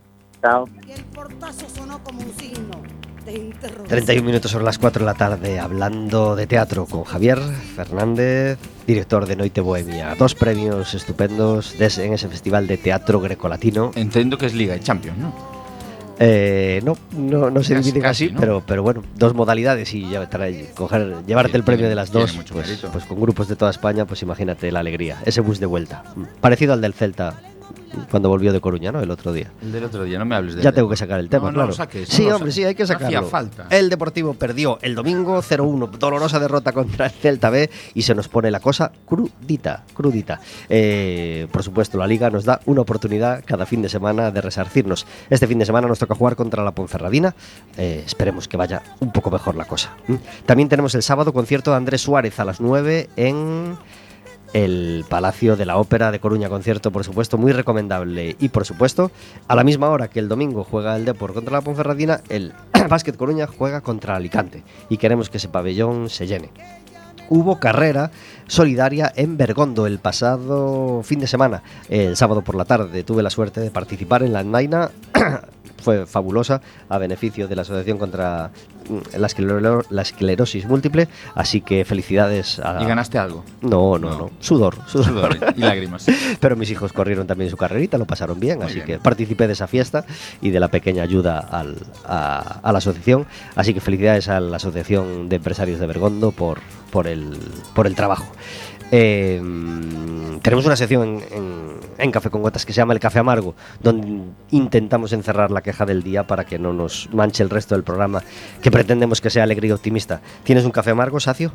Chao. Y el portazo sonó como un signo de interrogación. treinta y un minutos sobre las cuatro de la tarde, hablando de teatro con Javier Fernández, director de Noite Bohemia. Dos premios estupendos des- en ese festival de teatro grecolatino. Entiendo que es Liga y Champions, ¿no? Eh, no, no, no se Casi, dividen casi, así, ¿no? pero, pero bueno, dos modalidades y ya trae- coger, llevarte Tiene- el premio tiene- de las tiene dos, mucho pues, mérito. pues con grupos de toda España, pues imagínate la alegría, ese bus de vuelta. Parecido al del Celta cuando volvió de Coruña, ¿no? El otro día. El del otro día, no me hables de Ya él. tengo que sacar el tema, No, no claro. lo saques, no sí, lo hombre, saques. sí, hay que No hacía sacarlo. falta. El Deportivo perdió el domingo cero uno, dolorosa derrota contra el Celta B y se nos pone la cosa crudita, crudita. Eh, por supuesto, la Liga nos da una oportunidad cada fin de semana de resarcirnos. Este fin de semana nos toca jugar contra la Ponferradina. Eh, esperemos que vaya un poco mejor la cosa. ¿Mm? También tenemos el sábado concierto de Andrés Suárez a las nueve en el Palacio de la Ópera de Coruña, concierto por supuesto muy recomendable. Y por supuesto, a la misma hora que el domingo juega el Depor contra la Ponferradina, el Básquet Coruña juega contra Alicante y queremos que ese pabellón se llene. Hubo carrera solidaria en Bergondo el pasado fin de semana. El sábado por la tarde tuve la suerte de participar en la Naina. Fue fabulosa, a beneficio de la Asociación contra la, esclero- la Esclerosis Múltiple. Así que felicidades a... ¿Y ganaste algo? No, no, no. No. Sudor, sudor. Sudor y lágrimas. Pero mis hijos corrieron también su carrerita, lo pasaron bien, Muy así bien. que participé de esa fiesta y de la pequeña ayuda al- a, a la asociación. Así que felicidades a la Asociación de Empresarios de Bergondo por, por, el, por el trabajo. Eh, tenemos una sección en, en, en Café con Gotas que se llama El Café Amargo, donde intentamos encerrar la queja del día para que no nos manche el resto del programa, que pretendemos que sea alegre y optimista. ¿Tienes un café amargo, Sacio?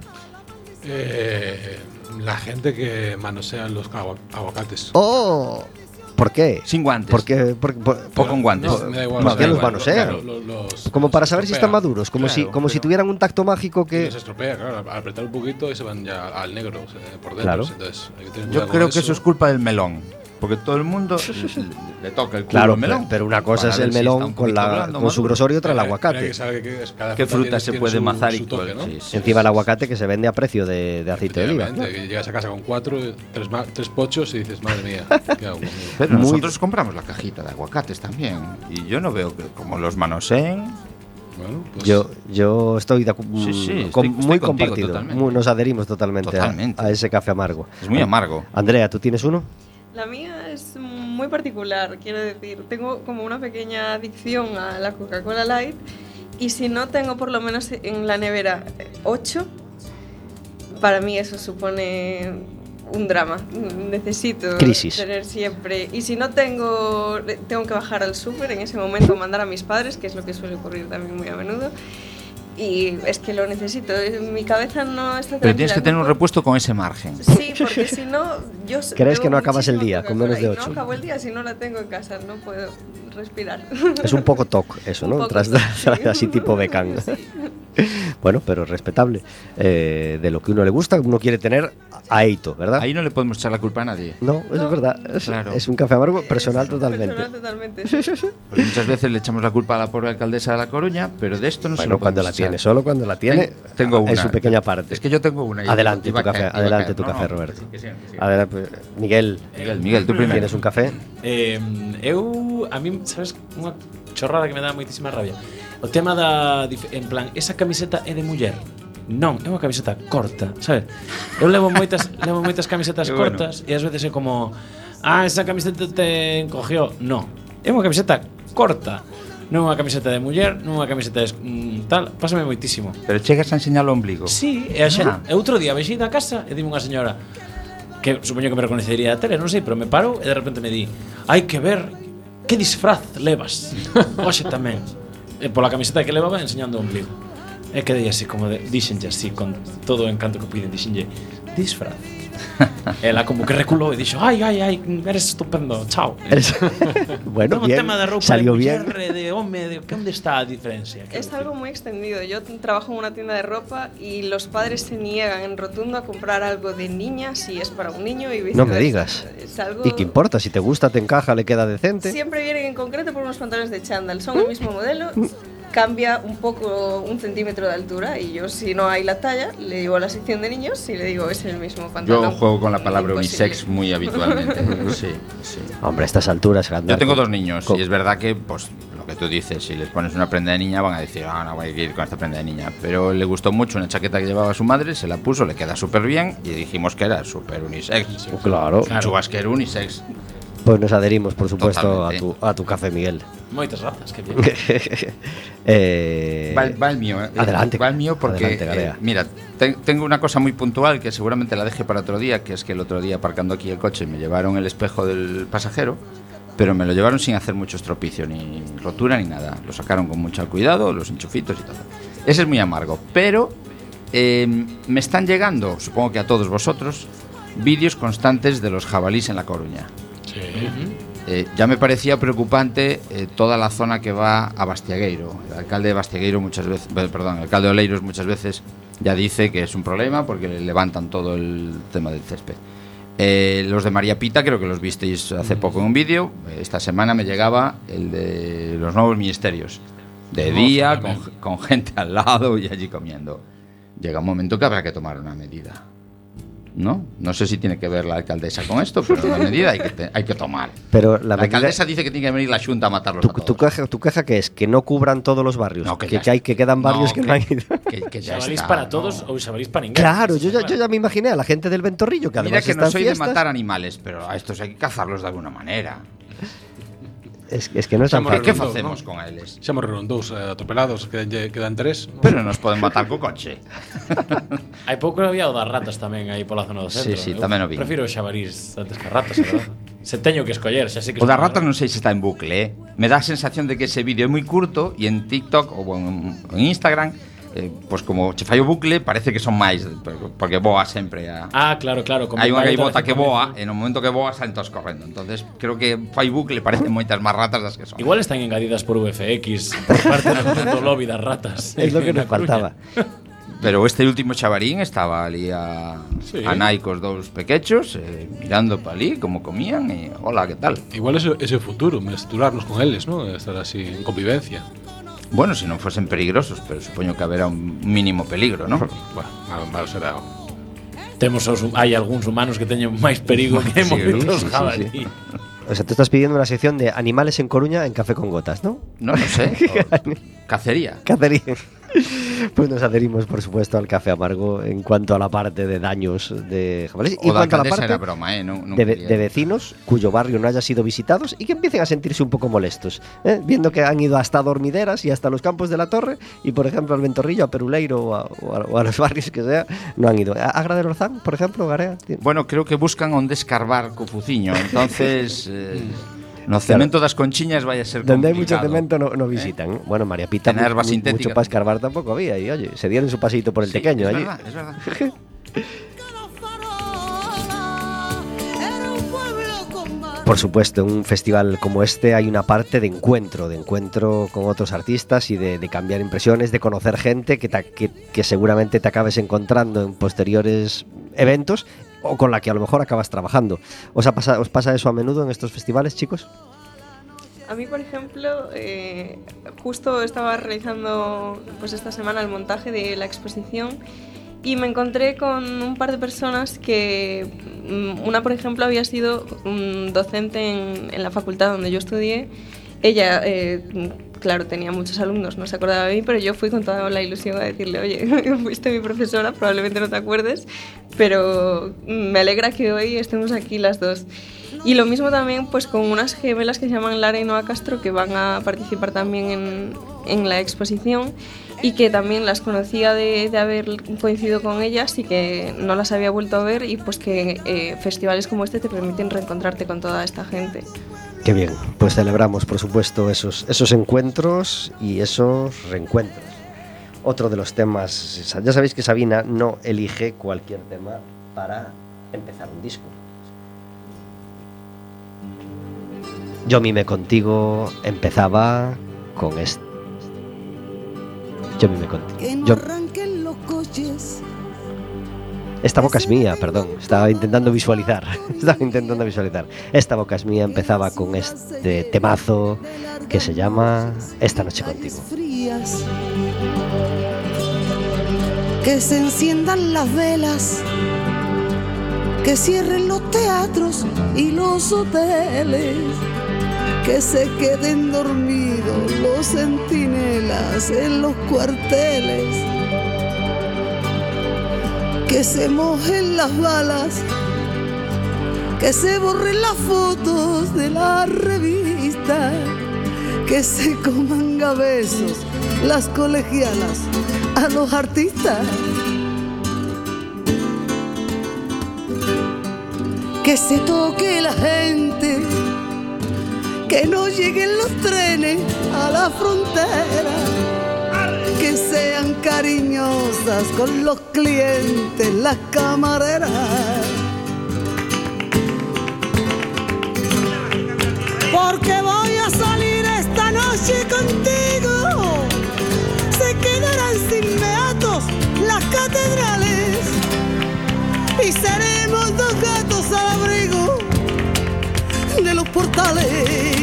Eh, la gente que manosea los agua- aguacates. ¡Oh! ¿Por qué? Sin guantes. ¿Por qué? Por- por- O con guantes. No, me da igual. ¿Por me qué da los igual. manosean? Claro, lo- los- Como para los saber si estropea. están maduros, como, si, Claro, como si pero- tuvieran un tacto mágico Y que... los estropea, claro, al apretar un poquito y se van ya al negro o sea, por dentro. Claro. Entonces, hay que tener Yo cuidado creo con que eso es culpa del melón. Porque todo el mundo le toca el culo Claro, al melón. pero, pero una cosa para es ver el si está melón un con, poquito la, blando, con su maduro. grosor y otra el Pero hay aguacate. que saber que es- cada ¿Qué fruta fruta tiene- se tiene puede su- mazar y su toque, cuál? ¿no? Sí, sí, Encima sí, el aguacate que se vende a precio de, de aceite de oliva. Efectivamente, claro. que llegas a casa con cuatro, tres, ma- tres pochos y dices, madre mía, ¿qué hago conmigo? Pero Muy- nosotros compramos la cajita de aguacates también. Y yo no veo que como los manoseen. Bueno, pues Yo, yo estoy de acu- Sí, sí, con- estoy- muy estoy contigo compartido. totalmente. Muy- nos adherimos totalmente, a- Totalmente. A, ese café amargo. Es muy amargo. Andrea, ¿tú tienes uno? La mía es muy particular, quiero decir. Tengo como una pequeña adicción a la Coca-Cola Light y si no tengo por lo menos en la nevera ocho, para mí eso supone un drama. Necesito Crisis. tener siempre. Y si no tengo, tengo que bajar al súper en ese momento, mandar a mis padres, que es lo que suele ocurrir también muy a menudo. Y es que lo necesito. Mi cabeza no está Pero tienes tranquila, que tener no un puedo- repuesto con ese margen. Sí, porque si no, yo ¿Crees bebo que no acabas el muchísima día con menos de Coca-Cola y ocho? No acabo el día si no la tengo en casa, no puedo respirar. Es un poco toc eso, Un ¿no? poco Tras, toc, tras- sí. así tipo Beckham. Sí. Bueno, pero respetable. Eh, de lo que uno le gusta, uno quiere tener a Eito, ¿verdad? Ahí no le podemos echar la culpa a nadie. No, eso No, es verdad. Es, claro. es un café amargo personal totalmente. Personal totalmente. sí. Porque muchas veces le echamos la culpa a la pobre alcaldesa de La Coruña, pero de esto no se Bueno, lo cuando la podemos echar. tiene, solo cuando la tiene, Ten- tengo una. en su pequeña parte. Es que yo tengo una. y Adelante iba tu a café, caer, iba a adelante caer. tu No, café, no, Roberto. que sí, que sí. Adelante, pues, Miguel, Miguel, Miguel, tú primero. ¿tienes un café? Eh, eu, a mí, sabes, unha chorrada que me dá moitísima rabia. O tema da, dif- en plan, esa camiseta é de muller. Non, é unha camiseta corta, sabes? Eu levo moitas, levo moitas camisetas Qué bueno. cortas e ás veces é como, ah, esa camiseta te encogió. Non, é unha camiseta corta. Non é unha camiseta de muller, non é unha camiseta de mm, tal, pásame moitísimo. Pero chegas a enseñar o ombligo. Sí, e a Ah. xente, e outro día vexei da casa e dime unha señora que supoño que me reconocería da tele, non sei, pero me parou e de repente me di, hai que ver que disfraz levas. Oxe tamén. E pola camiseta que levaba enseñando o ombligo. E quedei así como de, dixenlle así con todo o encanto que puiden, dixenlle, disfraz. Ela como que reculou e dixo, ai, ai, ai, eres estupendo, chao. Eres- bueno, Todo o bien, tema da roupa salió de bien. muller, de home, de que onde está a diferencia? Es algo muy extendido. Yo t- trabajo en una tienda de ropa y los padres se niegan en rotundo a comprar algo de niña si es para un niño y viceversa. No me digas. Es algo... ¿Y qué importa? Si te gusta, te encaja, le queda decente. Siempre vienen en concreto por unos pantalones de chándal. Son el mismo modelo. cambia un poco un centímetro de altura y yo, si no hay la talla, le digo a la sección de niños y le digo es el mismo pantalón. Yo juego con la palabra Imposible. unisex muy habitualmente. Sí, sí. Hombre, a estas alturas... Yo tengo dos niños con- y es verdad que, pues, lo que tú dices, si les pones una prenda de niña van a decir, ah, no voy a ir con esta prenda de niña. Pero le gustó mucho una chaqueta que llevaba su madre, se la puso, le queda súper bien y dijimos que era súper unisex. Claro. Chubasquero unisex. Pues nos adherimos, por supuesto, a Totalmente. tu, a tu café, Miguel. Moitas razas, que bien. eh, Va, va el mío, ¿eh? Adelante. Va el mío porque, Adelante, Garea. eh, mira, te- tengo una cosa muy puntual que seguramente la deje para otro día, que es que el otro día aparcando aquí el coche me llevaron el espejo del pasajero, pero me lo llevaron sin hacer mucho estropicio, ni rotura ni nada. Lo sacaron con mucho cuidado, los enchufitos y todo. Ese es muy amargo, pero eh, me están llegando, supongo que a todos vosotros, vídeos constantes de los jabalís en La Coruña. Sí. Eh, ya me parecía preocupante eh, toda la zona que va a Bastiagueiro. El alcalde de Bastiagueiro muchas veces, eh, perdón, el alcalde de Oleiros muchas veces ya dice que es un problema porque le levantan todo el tema del césped. Eh, los de María Pita creo que los visteis hace poco en un vídeo. Esta semana me llegaba el de los nuevos ministerios. De día, con, con gente al lado y allí comiendo. Llega un momento que habrá que tomar una medida. ¿No? No sé si tiene que ver la alcaldesa con esto, pero una medida hay que, te- hay que tomar. Pero la, La, medida- alcaldesa dice que tiene que venir la Junta a matarlos tu, a todos. tu queja, tu queja que es que no cubran todos los barrios, No, que que, ya que hay que quedan barrios No, que, que- no han ido. que, que ya Xabalís está, para ¿no? todos ou xabalís para ninguén. Claro, yo ya, yo ya me imaginé a la gente del Ventorrillo que Mira además que está no en soy fiestas. de matar animales, pero a estos hay que cazarlos de alguna manera. Es, es que no es tan Estamos ¿Qué, fácil. redondo, hacemos ¿no? con eles? Xa morreron dous eh, atropelados, quedan, quedan tres. Pero nos poden matar co coche. Hai pouco había o das ratas tamén aí pola zona do Sí, centro. sí, Eu tamén o vi. Prefiro os xabarís antes que as ratas, a verdad. Se teño que escoller, xa sei que O das son ratas non sei se está en bucle, eh? Me dá a sensación de que ese vídeo é moi curto e en TikTok ou en, en Instagram, eh, pues como che fai o bucle, parece que son máis, porque boa sempre a... Ah, claro, claro. como Hai unha vai gaivota outra que vez boa comienzo. e no momento que boa salen todos correndo. Entonces creo que fai bucle parecen moitas máis ratas das que son. Igual están engadidas por V F X por parte do, do lobby das ratas. Es lo que Na nos faltaba. Coruña. Pero este último chavarín estaba ali a, Sí. a nai cos dous pequechos, eh, mirando para ali como comían e hola, que tal? Igual ese, ese futuro, mesturarnos con eles, ¿no? Estar así en convivencia. Bueno, se non fosen peligrosos, pero supoño que haberá un mínimo peligro, ¿no? Bueno, malo, malo será. Temos os, hai algúns humanos que teñen máis perigo que Sí, moitos sí, sí, jabalí. sí. O sea, tú estás pidiendo una sección de animales en Coruña en Café con Gotas, ¿no? No lo sé. o- cacería. Cacería. Pues nos adherimos, por supuesto, al café amargo en cuanto a la parte de daños de jabalíes. Y O en da cuanto a la alcaldesa parte era broma, eh? Non, non de, ve- quería- de vecinos cuyo barrio no haya sido visitados y que empiecen a sentirse un poco molestos, ¿eh? Viendo que han ido hasta Dormideras y hasta los Campos de la Torre y, por ejemplo, al Ventorrillo, a Peruleiro o a, o a- o a los barrios que sea, no han ido. ¿A Agra de Lorzán, por ejemplo, Garea? Bueno, creo que buscan onde escarbar co fuciño, entonces eh, no cemento das conchiñas vai a ser Donde hay mucho complicado. cemento no, no visitan. Bueno, María Pita, En herba mu- sintética. mucho para escarbar tampoco había. Y oye, se dieron su paseíto por el Sí, tequeño es allí. verdad, es verdad. Era un pueblo con mar. Por supuesto, en un festival como este hay una parte de encuentro, de encuentro con otros artistas y de, de cambiar impresiones, de conocer gente que, te- que, que seguramente te acabes encontrando en posteriores eventos o con la que a lo mejor acabas trabajando. ¿Os, ha pasado, ¿Os pasa eso a menudo en estos festivales, chicos? A mí, por ejemplo, eh, justo estaba realizando pues esta semana el montaje de la exposición y me encontré con un par de personas que, mm, una por ejemplo había sido un docente en, en la facultad donde yo estudié. Ella, eh, claro, tenía muchos alumnos, no se acordaba de mí, pero yo fui con toda la ilusión a decirle, oye, fuiste mi profesora, probablemente no te acuerdes, pero me alegra que hoy estemos aquí las dos. Y lo mismo también pues con unas gemelas que se llaman Lara y Noa Castro, que van a participar también en, en la exposición y que también las conocía de, de haber coincidido con ellas y que no las había vuelto a ver, y pues que eh, festivales como este te permiten reencontrarte con toda esta gente. Qué bien, pues celebramos, por supuesto, esos, esos encuentros y esos reencuentros. Otro de los temas, ya sabéis que Sabina no elige cualquier tema para empezar un disco. Yo mime contigo empezaba con este. Yo mime contigo. Que no Yo, arranquen los coches. Esta boca es mía, perdón, estaba intentando visualizar, estaba intentando visualizar. Esta boca es mía empezaba con este temazo que se llama Esta noche contigo. Frías, que se enciendan las velas, que cierren los teatros y los hoteles, que se queden dormidos los centinelas en los cuarteles, que se mojen las balas, que se borren las fotos de la revista, que se coman a besos las colegialas a los artistas, que se toque la gente, que no lleguen los trenes a la frontera, que sean cariñosas con los clientes, las camareras. Porque voy a salir esta noche contigo, se quedarán sin beatos las catedrales y seremos dos gatos al abrigo de los portales.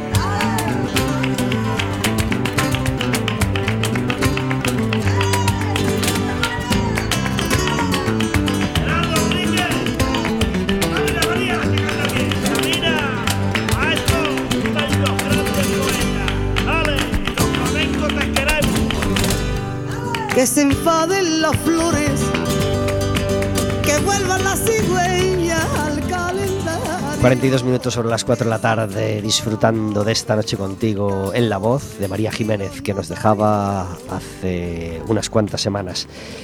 Que se enfaden las flores, que vuelvan las cigüeñas al calendario. cuarenta y dos minutos sobre las cuatro de la tarde, disfrutando de Esta noche contigo en la voz de María Jiménez, que nos dejaba hace unas cuantas semanas.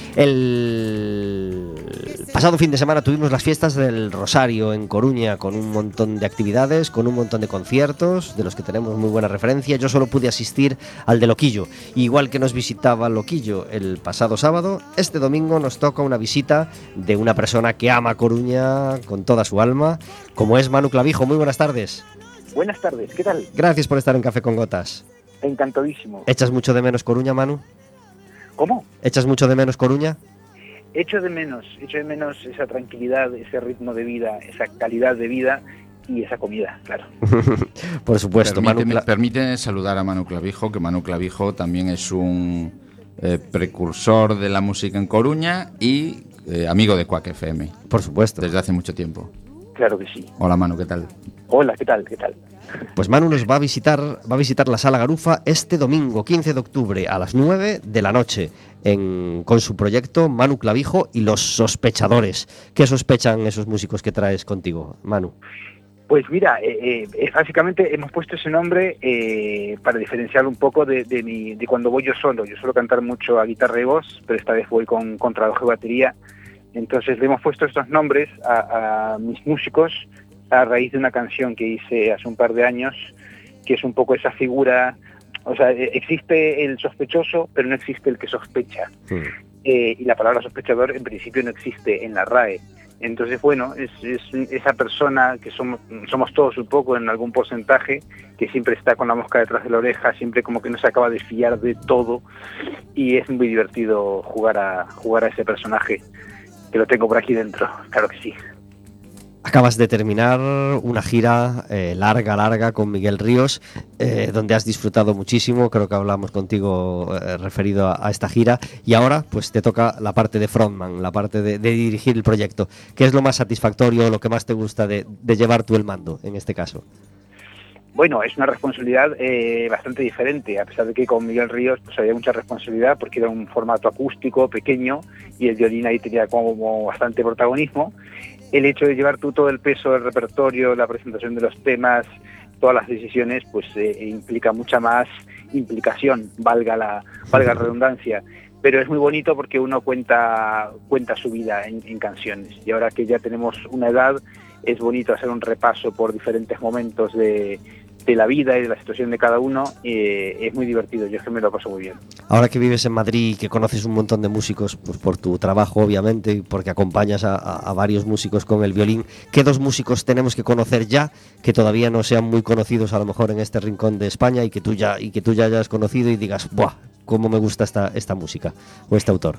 El pasado fin de semana tuvimos las fiestas del Rosario en Coruña, con un montón de actividades, con un montón de conciertos, de los que tenemos muy buena referencia. Yo solo pude asistir al de Loquillo. Igual que nos visitaba Loquillo el pasado sábado, este domingo nos toca una visita de una persona que ama Coruña con toda su alma, como es Manu Clavijo. Muy buenas tardes. Buenas tardes, ¿qué tal? Gracias por estar en Café con Gotas. Encantadísimo. ¿Echas mucho de menos Coruña, Manu? ¿Cómo? ¿Echas mucho de menos Coruña? Echo de menos, echo de menos esa tranquilidad, ese ritmo de vida, esa calidad de vida y esa comida, claro. Por supuesto. Permíteme, Manu Cla- permíteme saludar a Manu Clavijo, que Manu Clavijo también es un eh, precursor de la música en Coruña y eh, amigo de Quack F M. Por supuesto. Desde hace mucho tiempo. Claro que sí. Hola Manu, ¿qué tal? Hola, ¿qué tal? ¿Qué tal? Pues Manu nos va a visitar, va a visitar la Sala Garufa este domingo, quince de octubre, a las nueve de la noche, en, con su proyecto Manu Clavijo y los Sospechadores. ¿Qué sospechan esos músicos que traes contigo, Manu? Pues mira, eh, eh, básicamente hemos puesto ese nombre eh, para diferenciarlo un poco de, de, mi, de cuando voy yo solo. Yo suelo cantar mucho a guitarra y voz, pero esta vez voy con contrabajo y batería. Entonces le hemos puesto estos nombres a, a mis músicos a raíz de una canción que hice hace un par de años, que es un poco esa figura, o sea, existe el sospechoso, pero no existe el que sospecha. Sí. Eh, y la palabra sospechador en principio no existe en la R A E. Entonces, bueno, es, es esa persona que somos, somos todos un poco en algún porcentaje, que siempre está con la mosca detrás de la oreja, siempre como que no se acaba de fiar de todo, y es muy divertido jugar a, jugar a ese personaje, que lo tengo por aquí dentro, claro que sí. Acabas de terminar una gira eh, larga, larga con Miguel Ríos, eh, donde has disfrutado muchísimo. Creo que hablamos contigo eh, referido a, a esta gira. Y ahora pues te toca la parte de frontman, la parte de, de dirigir el proyecto. ¿Qué es lo más satisfactorio, lo que más te gusta de, de llevar tú el mando en este caso? Bueno, es una responsabilidad eh, bastante diferente, a pesar de que con Miguel Ríos pues había mucha responsabilidad porque era un formato acústico pequeño y el violín ahí tenía como bastante protagonismo. El hecho de llevar tú todo el peso del repertorio, la presentación de los temas, todas las decisiones, pues eh, implica mucha más implicación, valga la, valga la redundancia. Pero es muy bonito porque uno cuenta, cuenta su vida en, en canciones. Y ahora que ya tenemos una edad, es bonito hacer un repaso por diferentes momentos de, de la vida y de la situación de cada uno. Eh, es muy divertido, yo es que me lo paso muy bien. Ahora que vives en Madrid y que conoces un montón de músicos, pues por tu trabajo obviamente, y porque acompañas a, a, a varios músicos con el violín, ¿qué dos músicos tenemos que conocer ya, que todavía no sean muy conocidos a lo mejor en este rincón de España y que tú ya, y que tú ya hayas conocido y digas, ¡buah! ¿Cómo me gusta esta, esta música o este autor?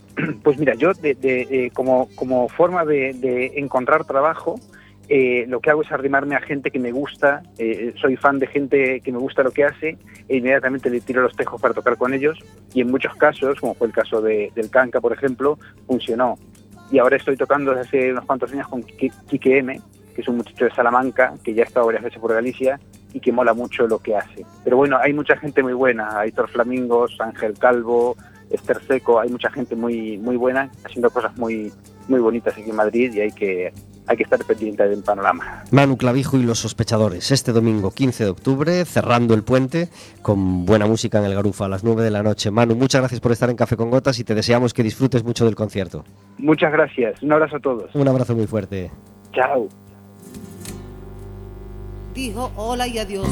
Pues mira, yo de, de, eh, como, como forma de, de encontrar trabajo, eh, lo que hago es arrimarme a gente que me gusta, eh, soy fan de gente que me gusta lo que hace e inmediatamente le tiro los tejos para tocar con ellos y en muchos casos, como fue el caso de, del Canca, por ejemplo, funcionó. Y ahora estoy tocando desde hace unos cuantos años con Quique M, que es un muchacho de Salamanca, que ya ha estado varias veces por Galicia y que mola mucho lo que hace. Pero bueno, hay mucha gente muy buena, Aitor Flamingos, Ángel Calvo, Esther Seco, hay mucha gente muy muy buena haciendo cosas muy muy bonitas aquí en Madrid y hay que hay que estar pendiente del panorama. Manu Clavijo y los sospechadores, este domingo quince de octubre, cerrando el puente, con buena música en el Garufa a las nueve de la noche. Manu, muchas gracias por estar en Café con Gotas y te deseamos que disfrutes mucho del concierto. Muchas gracias, un abrazo a todos. Un abrazo muy fuerte. Chao. Dijo hola y adiós.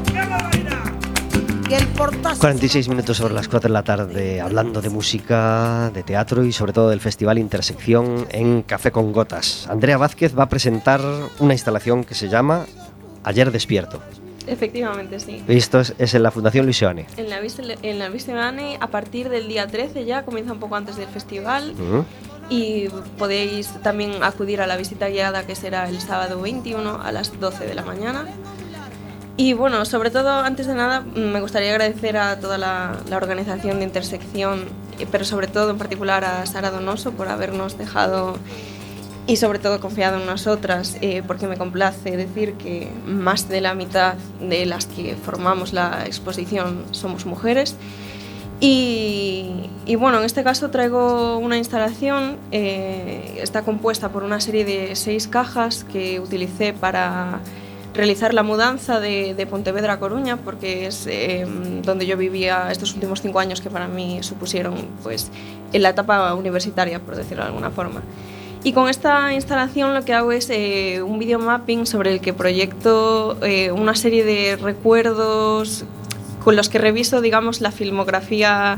Y el portazo. cuarenta y seis minutos sobre las cuatro de la tarde, hablando de música, de teatro y sobre todo del Festival Intersección en Café con Gotas. Andrea Vázquez va a presentar una instalación que se llama Ayer Despierto. Efectivamente, sí. Y esto es, es en la Fundación Luiseone. En la Viste- en la Luiseone, a partir del día trece ya, comienza un poco antes del festival. Uh-huh. Y podéis también acudir a la visita guiada, que será el sábado veintiuno a las doce de la mañana. Y bueno, sobre todo, antes de nada, me gustaría agradecer a toda la, la organización de Intersección, pero sobre todo en particular a Sara Donoso por habernos dejado y sobre todo confiado en nosotras, eh, porque me complace decir que más de la mitad de las que formamos la exposición somos mujeres. Y, y bueno, en este caso traigo una instalación, eh, está compuesta por una serie de seis cajas que utilicé para realizar la mudanza de, de Pontevedra a Coruña, porque es eh, donde yo vivía estos últimos cinco años que para mí supusieron pues, en la etapa universitaria, por decirlo de alguna forma. Y con esta instalación lo que hago es eh, un videomapping sobre el que proyecto eh, una serie de recuerdos con los que reviso, digamos, la filmografía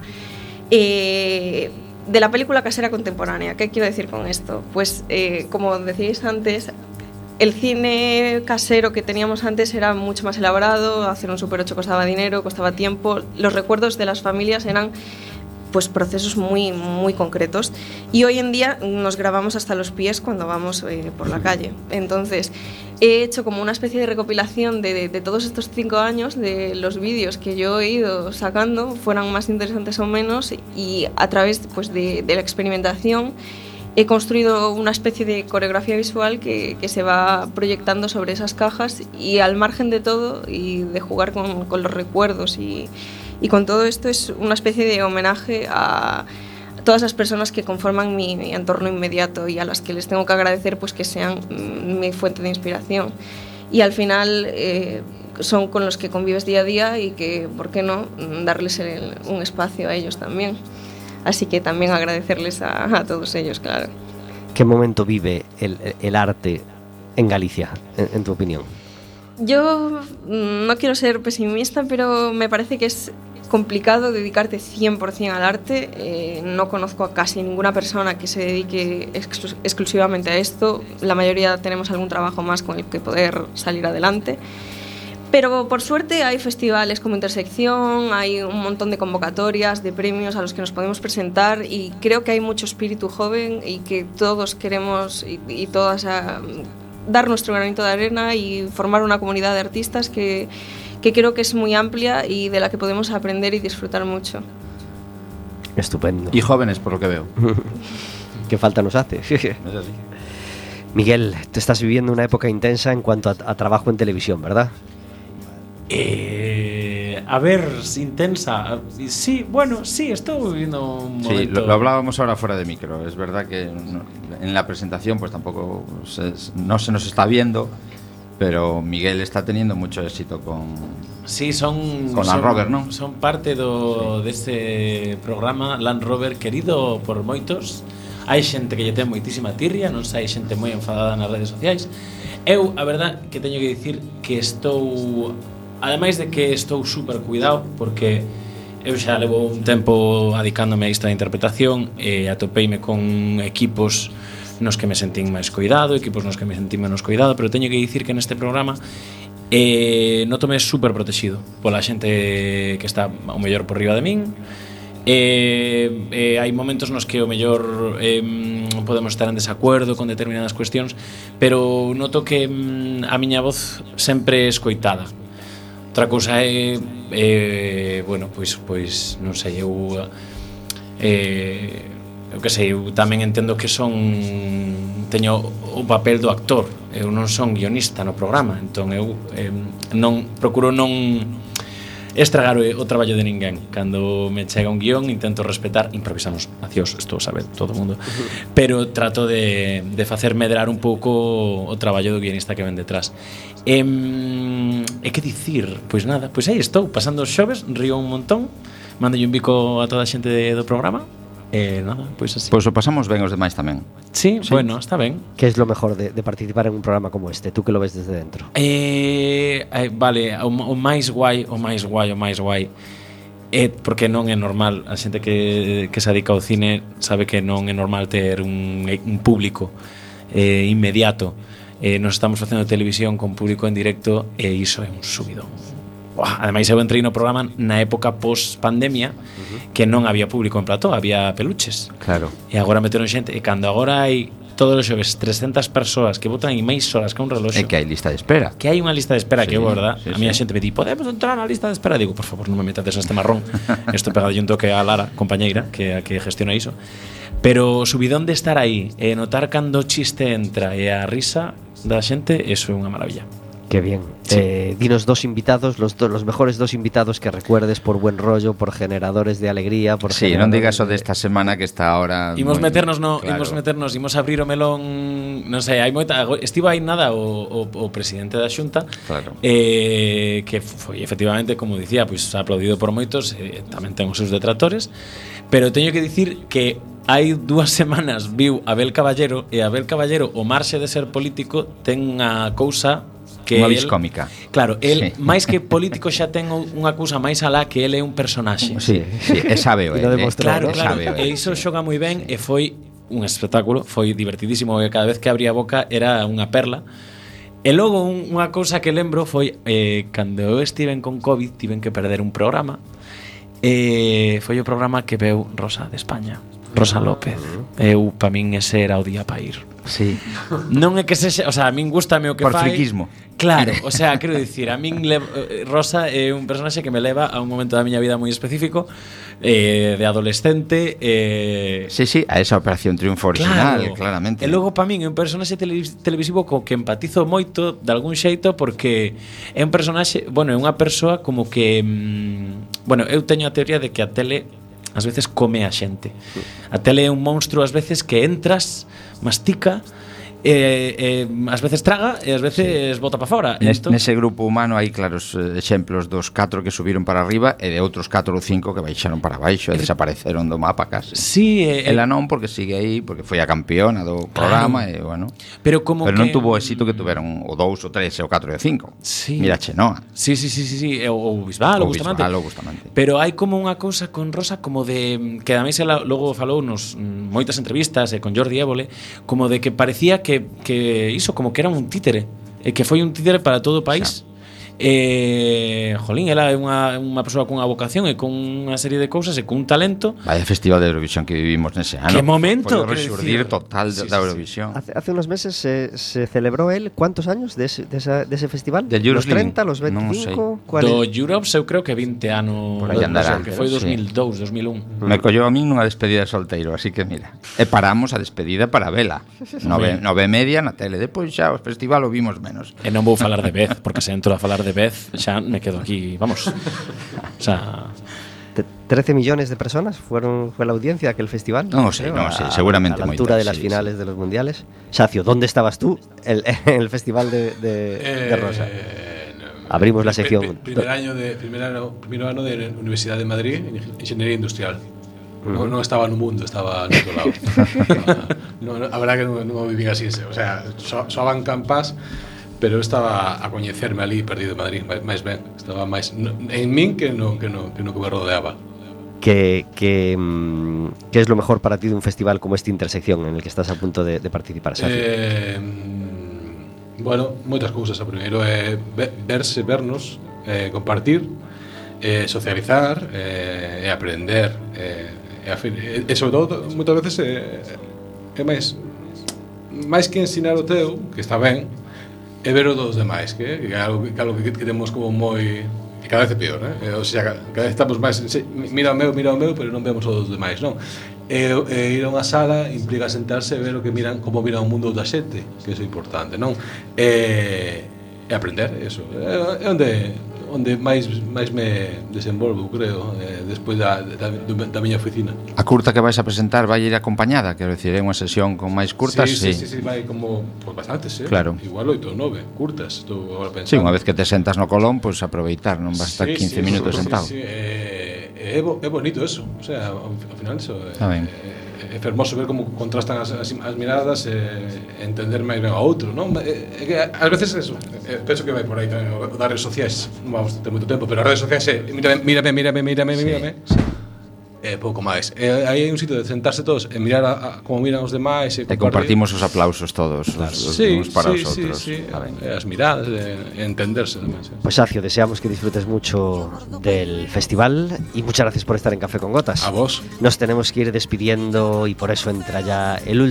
eh, de la película casera contemporánea. ¿Qué quiero decir con esto? Pues, eh, como decíais antes, el cine casero que teníamos antes era mucho más elaborado, hacer un Super ocho costaba dinero, costaba tiempo, los recuerdos de las familias eran pues procesos muy, muy concretos y hoy en día nos grabamos hasta los pies cuando vamos eh, por la calle. Entonces he hecho como una especie de recopilación de, de, de todos estos cinco años, de los vídeos que yo he ido sacando, fueran más interesantes o menos, y a través pues, de, de la experimentación he construido una especie de coreografía visual que, que se va proyectando sobre esas cajas, y al margen de todo y de jugar con, con los recuerdos y, y con todo esto, es una especie de homenaje a todas las personas que conforman mi, mi entorno inmediato y a las que les tengo que agradecer pues, que sean mi fuente de inspiración. Y al final eh, son con los que convives día a día y que, ¿por qué no?, darles el, un espacio a ellos también. Así que también agradecerles a, a todos ellos, claro. ¿Qué momento vive el, el arte en Galicia, en, en tu opinión? Yo no quiero ser pesimista, pero me parece que es complicado dedicarte cien por ciento al arte. Eh, no conozco a casi ninguna persona que se dedique exclu- exclusivamente a esto. La mayoría tenemos algún trabajo más con el que poder salir adelante. Pero por suerte hay festivales como Intersección, hay un montón de convocatorias, de premios a los que nos podemos presentar, y creo que hay mucho espíritu joven y que todos queremos y, y todas a, dar nuestro granito de arena y formar una comunidad de artistas que, que creo que es muy amplia y de la que podemos aprender y disfrutar mucho. Estupendo. Y jóvenes, por lo que veo. ¿Qué falta nos hace? Es así. Miguel, te estás viviendo una época intensa en cuanto a, a trabajo en televisión, ¿verdad? Eh, a ver, intensa. Sí, bueno, sí, estoy viviendo un momento. Sí, lo, lo hablábamos ahora fuera de micro. Es verdad que no, en la presentación pues tampoco se, no se nos está viendo, pero Miguel está teniendo mucho éxito con Sí, son con son, Land Rover, ¿no? Son parte do, sí. deste programa Land Rover, querido por moitos. Hai xente que lle ten moitísima tirria, non sei, xente moi enfadada nas redes sociais. Eu, a verdad, que teño que dicir que estou, ademais de que estou super cuidado, porque eu xa levo un tempo adicándome a isto da interpretación e atopeime con equipos nos que me sentín máis cuidado, equipos nos que me sentín menos cuidado, pero teño que dicir que neste programa eh, notome super protegido pola xente que está ao mellor por riba de min, Eh, eh, hai momentos nos que o mellor eh, podemos estar en desacuerdo con determinadas cuestións, pero noto que mm, a miña voz sempre é escoitada. Outra cousa é eh, bueno, pois pois non sei, eu eh, eu que sei, eu tamén entendo que son teño o papel do actor, eu non son guionista no programa, entón eu eh, non procuro non estragar o traballo de ninguén. Cando me chega un guión intento respetar, improvisamos nacións, isto sabe todo o mundo, pero trato de, de facer medrar un pouco o traballo do guionista que ven detrás. E, e que dicir? Pois nada, pois aí estou, pasando os xoves, río un montón, mando un bico a toda a xente de, do programa. E nada, pois así. Pois o pasamos ben os demais tamén. Sí, sí, bueno, está ben. Que es lo mejor de, de participar en un programa como este? Tú que lo ves desde dentro. Eh, eh, vale, o, o máis guai, o máis guai, o máis guai é porque non é normal. A xente que, que se dedica ao cine sabe que non é normal ter un, un público eh, inmediato. Eh, nos estamos facendo televisión con público en directo e iso é un subidón. Buah, ademais eu entrei no programa na época post-pandemia, uh-huh, que non había público en plató, había peluches. Claro. E agora meteron xente, e cando agora hai todos os xoves trescentas persoas que votan en máis horas que un reloxo. É que hai lista de espera. Que hai unha lista de espera, sí, que é verdad. Sí, a miña sí. xente me di, podemos entrar na lista de espera? Digo, por favor, non me metades este marrón. Isto pegado un toque a Lara, compañeira, que a que gestiona iso. Pero o subidón de estar aí e notar cando o chiste entra e a risa da xente, eso é unha maravilla. Qué bien. Sí. Eh, dinos dos invitados, los, do, los mejores dos invitados que recuerdes por buen rollo, por generadores de alegría, por sí, non digas o desta semana que está ahora. Imos muy, meternos no, claro. imos meternos, imos abrir o melón, non sei, hai moita, estivo aí nada o, o, o presidente da Xunta, claro. eh, que foi efectivamente, como dicía, pois pues, aplaudido por moitos, eh, tamén ten os seus detractores, pero teño que dicir que hai dúas semanas viu Abel Caballero e Abel Caballero, o marxe de ser político, ten unha cousa que unha vis cómica. Claro, el sí. máis que político xa ten unha cousa máis alá que ele é un personaxe. Sí, sí, é sabeo, eh. Claro, claro, sabeo, e iso xoga moi ben e foi un espectáculo, foi divertidísimo, e cada vez que abría a boca era unha perla. E logo un, unha cousa que lembro foi eh, cando eu estiven con COVID, tiven que perder un programa. E foi o programa que veu Rosa de España, Rosa López. Eu, pa min, ese era o día pa ir. Sí. Non é que sexa, o sea, a min gustame o que por fai. Por friquismo. Claro, o sea, quero dicir, a min le, Rosa é un personaxe que me leva a un momento da miña vida moi específico, eh, de adolescente, eh, sí, sí, a esa Operación Triunfo original, claro, claramente. E logo pa min é un personaxe televisivo co que empatizo moito de algún xeito, porque é un personaxe, bueno, é unha persoa como que mmm, bueno, eu teño a teoría de que a tele ás veces come a xente. A tele é un monstruo ás veces que entras, mastica, e, e ás veces traga e ás veces sí. bota para fora. Nes, entón, nese grupo humano hai claros eh, exemplos dos catro que subiron para arriba e de outros catro ou cinco que baixaron para baixo e desapareceron do mapa casi. Sí, eh, ela non porque sigue aí, porque foi a campeona do programa, claro. E bueno. Pero como pero que non tuvo o éxito que tuveron o dous, o tres, o catro e o cinco. Sí. Mira Chenoa. Sí, sí, sí, sí, sí. O, o Bisbal, o, o Bustamante. Bisbal, o Bustamante. Pero hai como unha cousa con Rosa como de que ademais ela logo falou nos moitas entrevistas e con Jordi Évole, como de que parecía que que iso como que era un títere, e que foi un títere para todo o país. Xa. Eh, jolín, ela é unha, unha persoa con unha vocación e con unha serie de cousas e con un talento. Vaya festival de Eurovisión que vivimos nese ano. Que momento, foi o resurdir total sí, da Eurovisión. Hace, hace unos meses se, se celebró él, ¿cuántos años de ese, de esa, de ese festival? Del ¿Los treinta, los veinticinco? No do Europe eu creo que vinte anos. Por aí andará, que foi dos mil dous, dos mil un. Me colleu a min nunha despedida de solteiro, así que mira. E paramos a despedida para vela. Nove, nove e media na tele, depois xa o festival o vimos menos. E non vou falar de Beth, porque se entro a falar de Beth xa me quedo aquí, vamos. O sea, trece millones de personas fueron fue la audiencia de aquel festival. No sé, no sé, seguramente a la altura moitas, de las sí, finales sí. de los mundiales. Sacio, ¿dónde estabas tú el, el festival de, de, eh, de Rosa? Abrimos la sección. Primer año de primer año, primer año de Universidad de Madrid en Ingeniería Industrial. No, no estaba no mundo, estaba no outro lado. no, no, a verdad que non, non vivín así, o sea, so, soaban campas, pero eu estaba a coñecerme ali perdido en Madrid, máis ben, estaba máis en min que no que no que no que me rodeaba. ¿Qué, qué, ¿Qué es lo mejor para ti de un festival como este Intersección en el que estás a punto de, de participar, Sacio? Eh, bueno, moitas cousas. A primeiro é verse, vernos, eh, compartir eh, socializar, eh, e aprender, eh, e, a fin, e, e sobre todo, moitas veces, eh, é máis, máis que ensinar o teu, que está ben, é ver o dos demais, que, que é algo que, algo que, que temos como moi... E cada vez é peor, eh? O sea, cada vez estamos máis... Mira o meu, mira o meu, pero non vemos o dos demais, non? E, e ir a unha sala implica sentarse e ver o que miran, como miran o mundo da xente, que é importante, non? E, e aprender, eso. É onde, onde máis, máis me desenvolvo, creo, eh, despois da, da, da miña oficina. A curta que vais a presentar vai ir acompañada, quero dicir, é unha sesión con máis curtas? Sí, sí, sí, sí, vai como, pues bastantes, eh? Claro. Igual oito ou nove curtas, estou agora pensando. Sí, unha vez que te sentas no colón, pois pues aproveitar, non vas a estar sí, quince sí, minutos sí, sentado. Sí, sí, eh, é, é bonito eso, o sea, ao, ao final eso é, é, é fermoso ver como contrastan as, as, as miradas e eh, entender máis ben ao outro, non? É, é que ás veces eso, é, penso que vai por aí tamén o das redes sociais, non vamos ter moito tempo, pero as redes sociais é mírame, mírame, mírame, mírame, mírame. Sí, sí. É pouco máis. E aí hai un sitio de sentarse todos e mirar a, a, como miran os demais e, e compartimos os aplausos todos, claro. os, os sí, uns para sí, os outros. Sí, sí. E as miradas, e, e entenderse tamén. Sí. Pues Acio, deseamos que disfrutes mucho del festival y muchas gracias por estar en Café con Gotas. A vos. Nos tenemos que ir despidiendo y por eso entra ya el último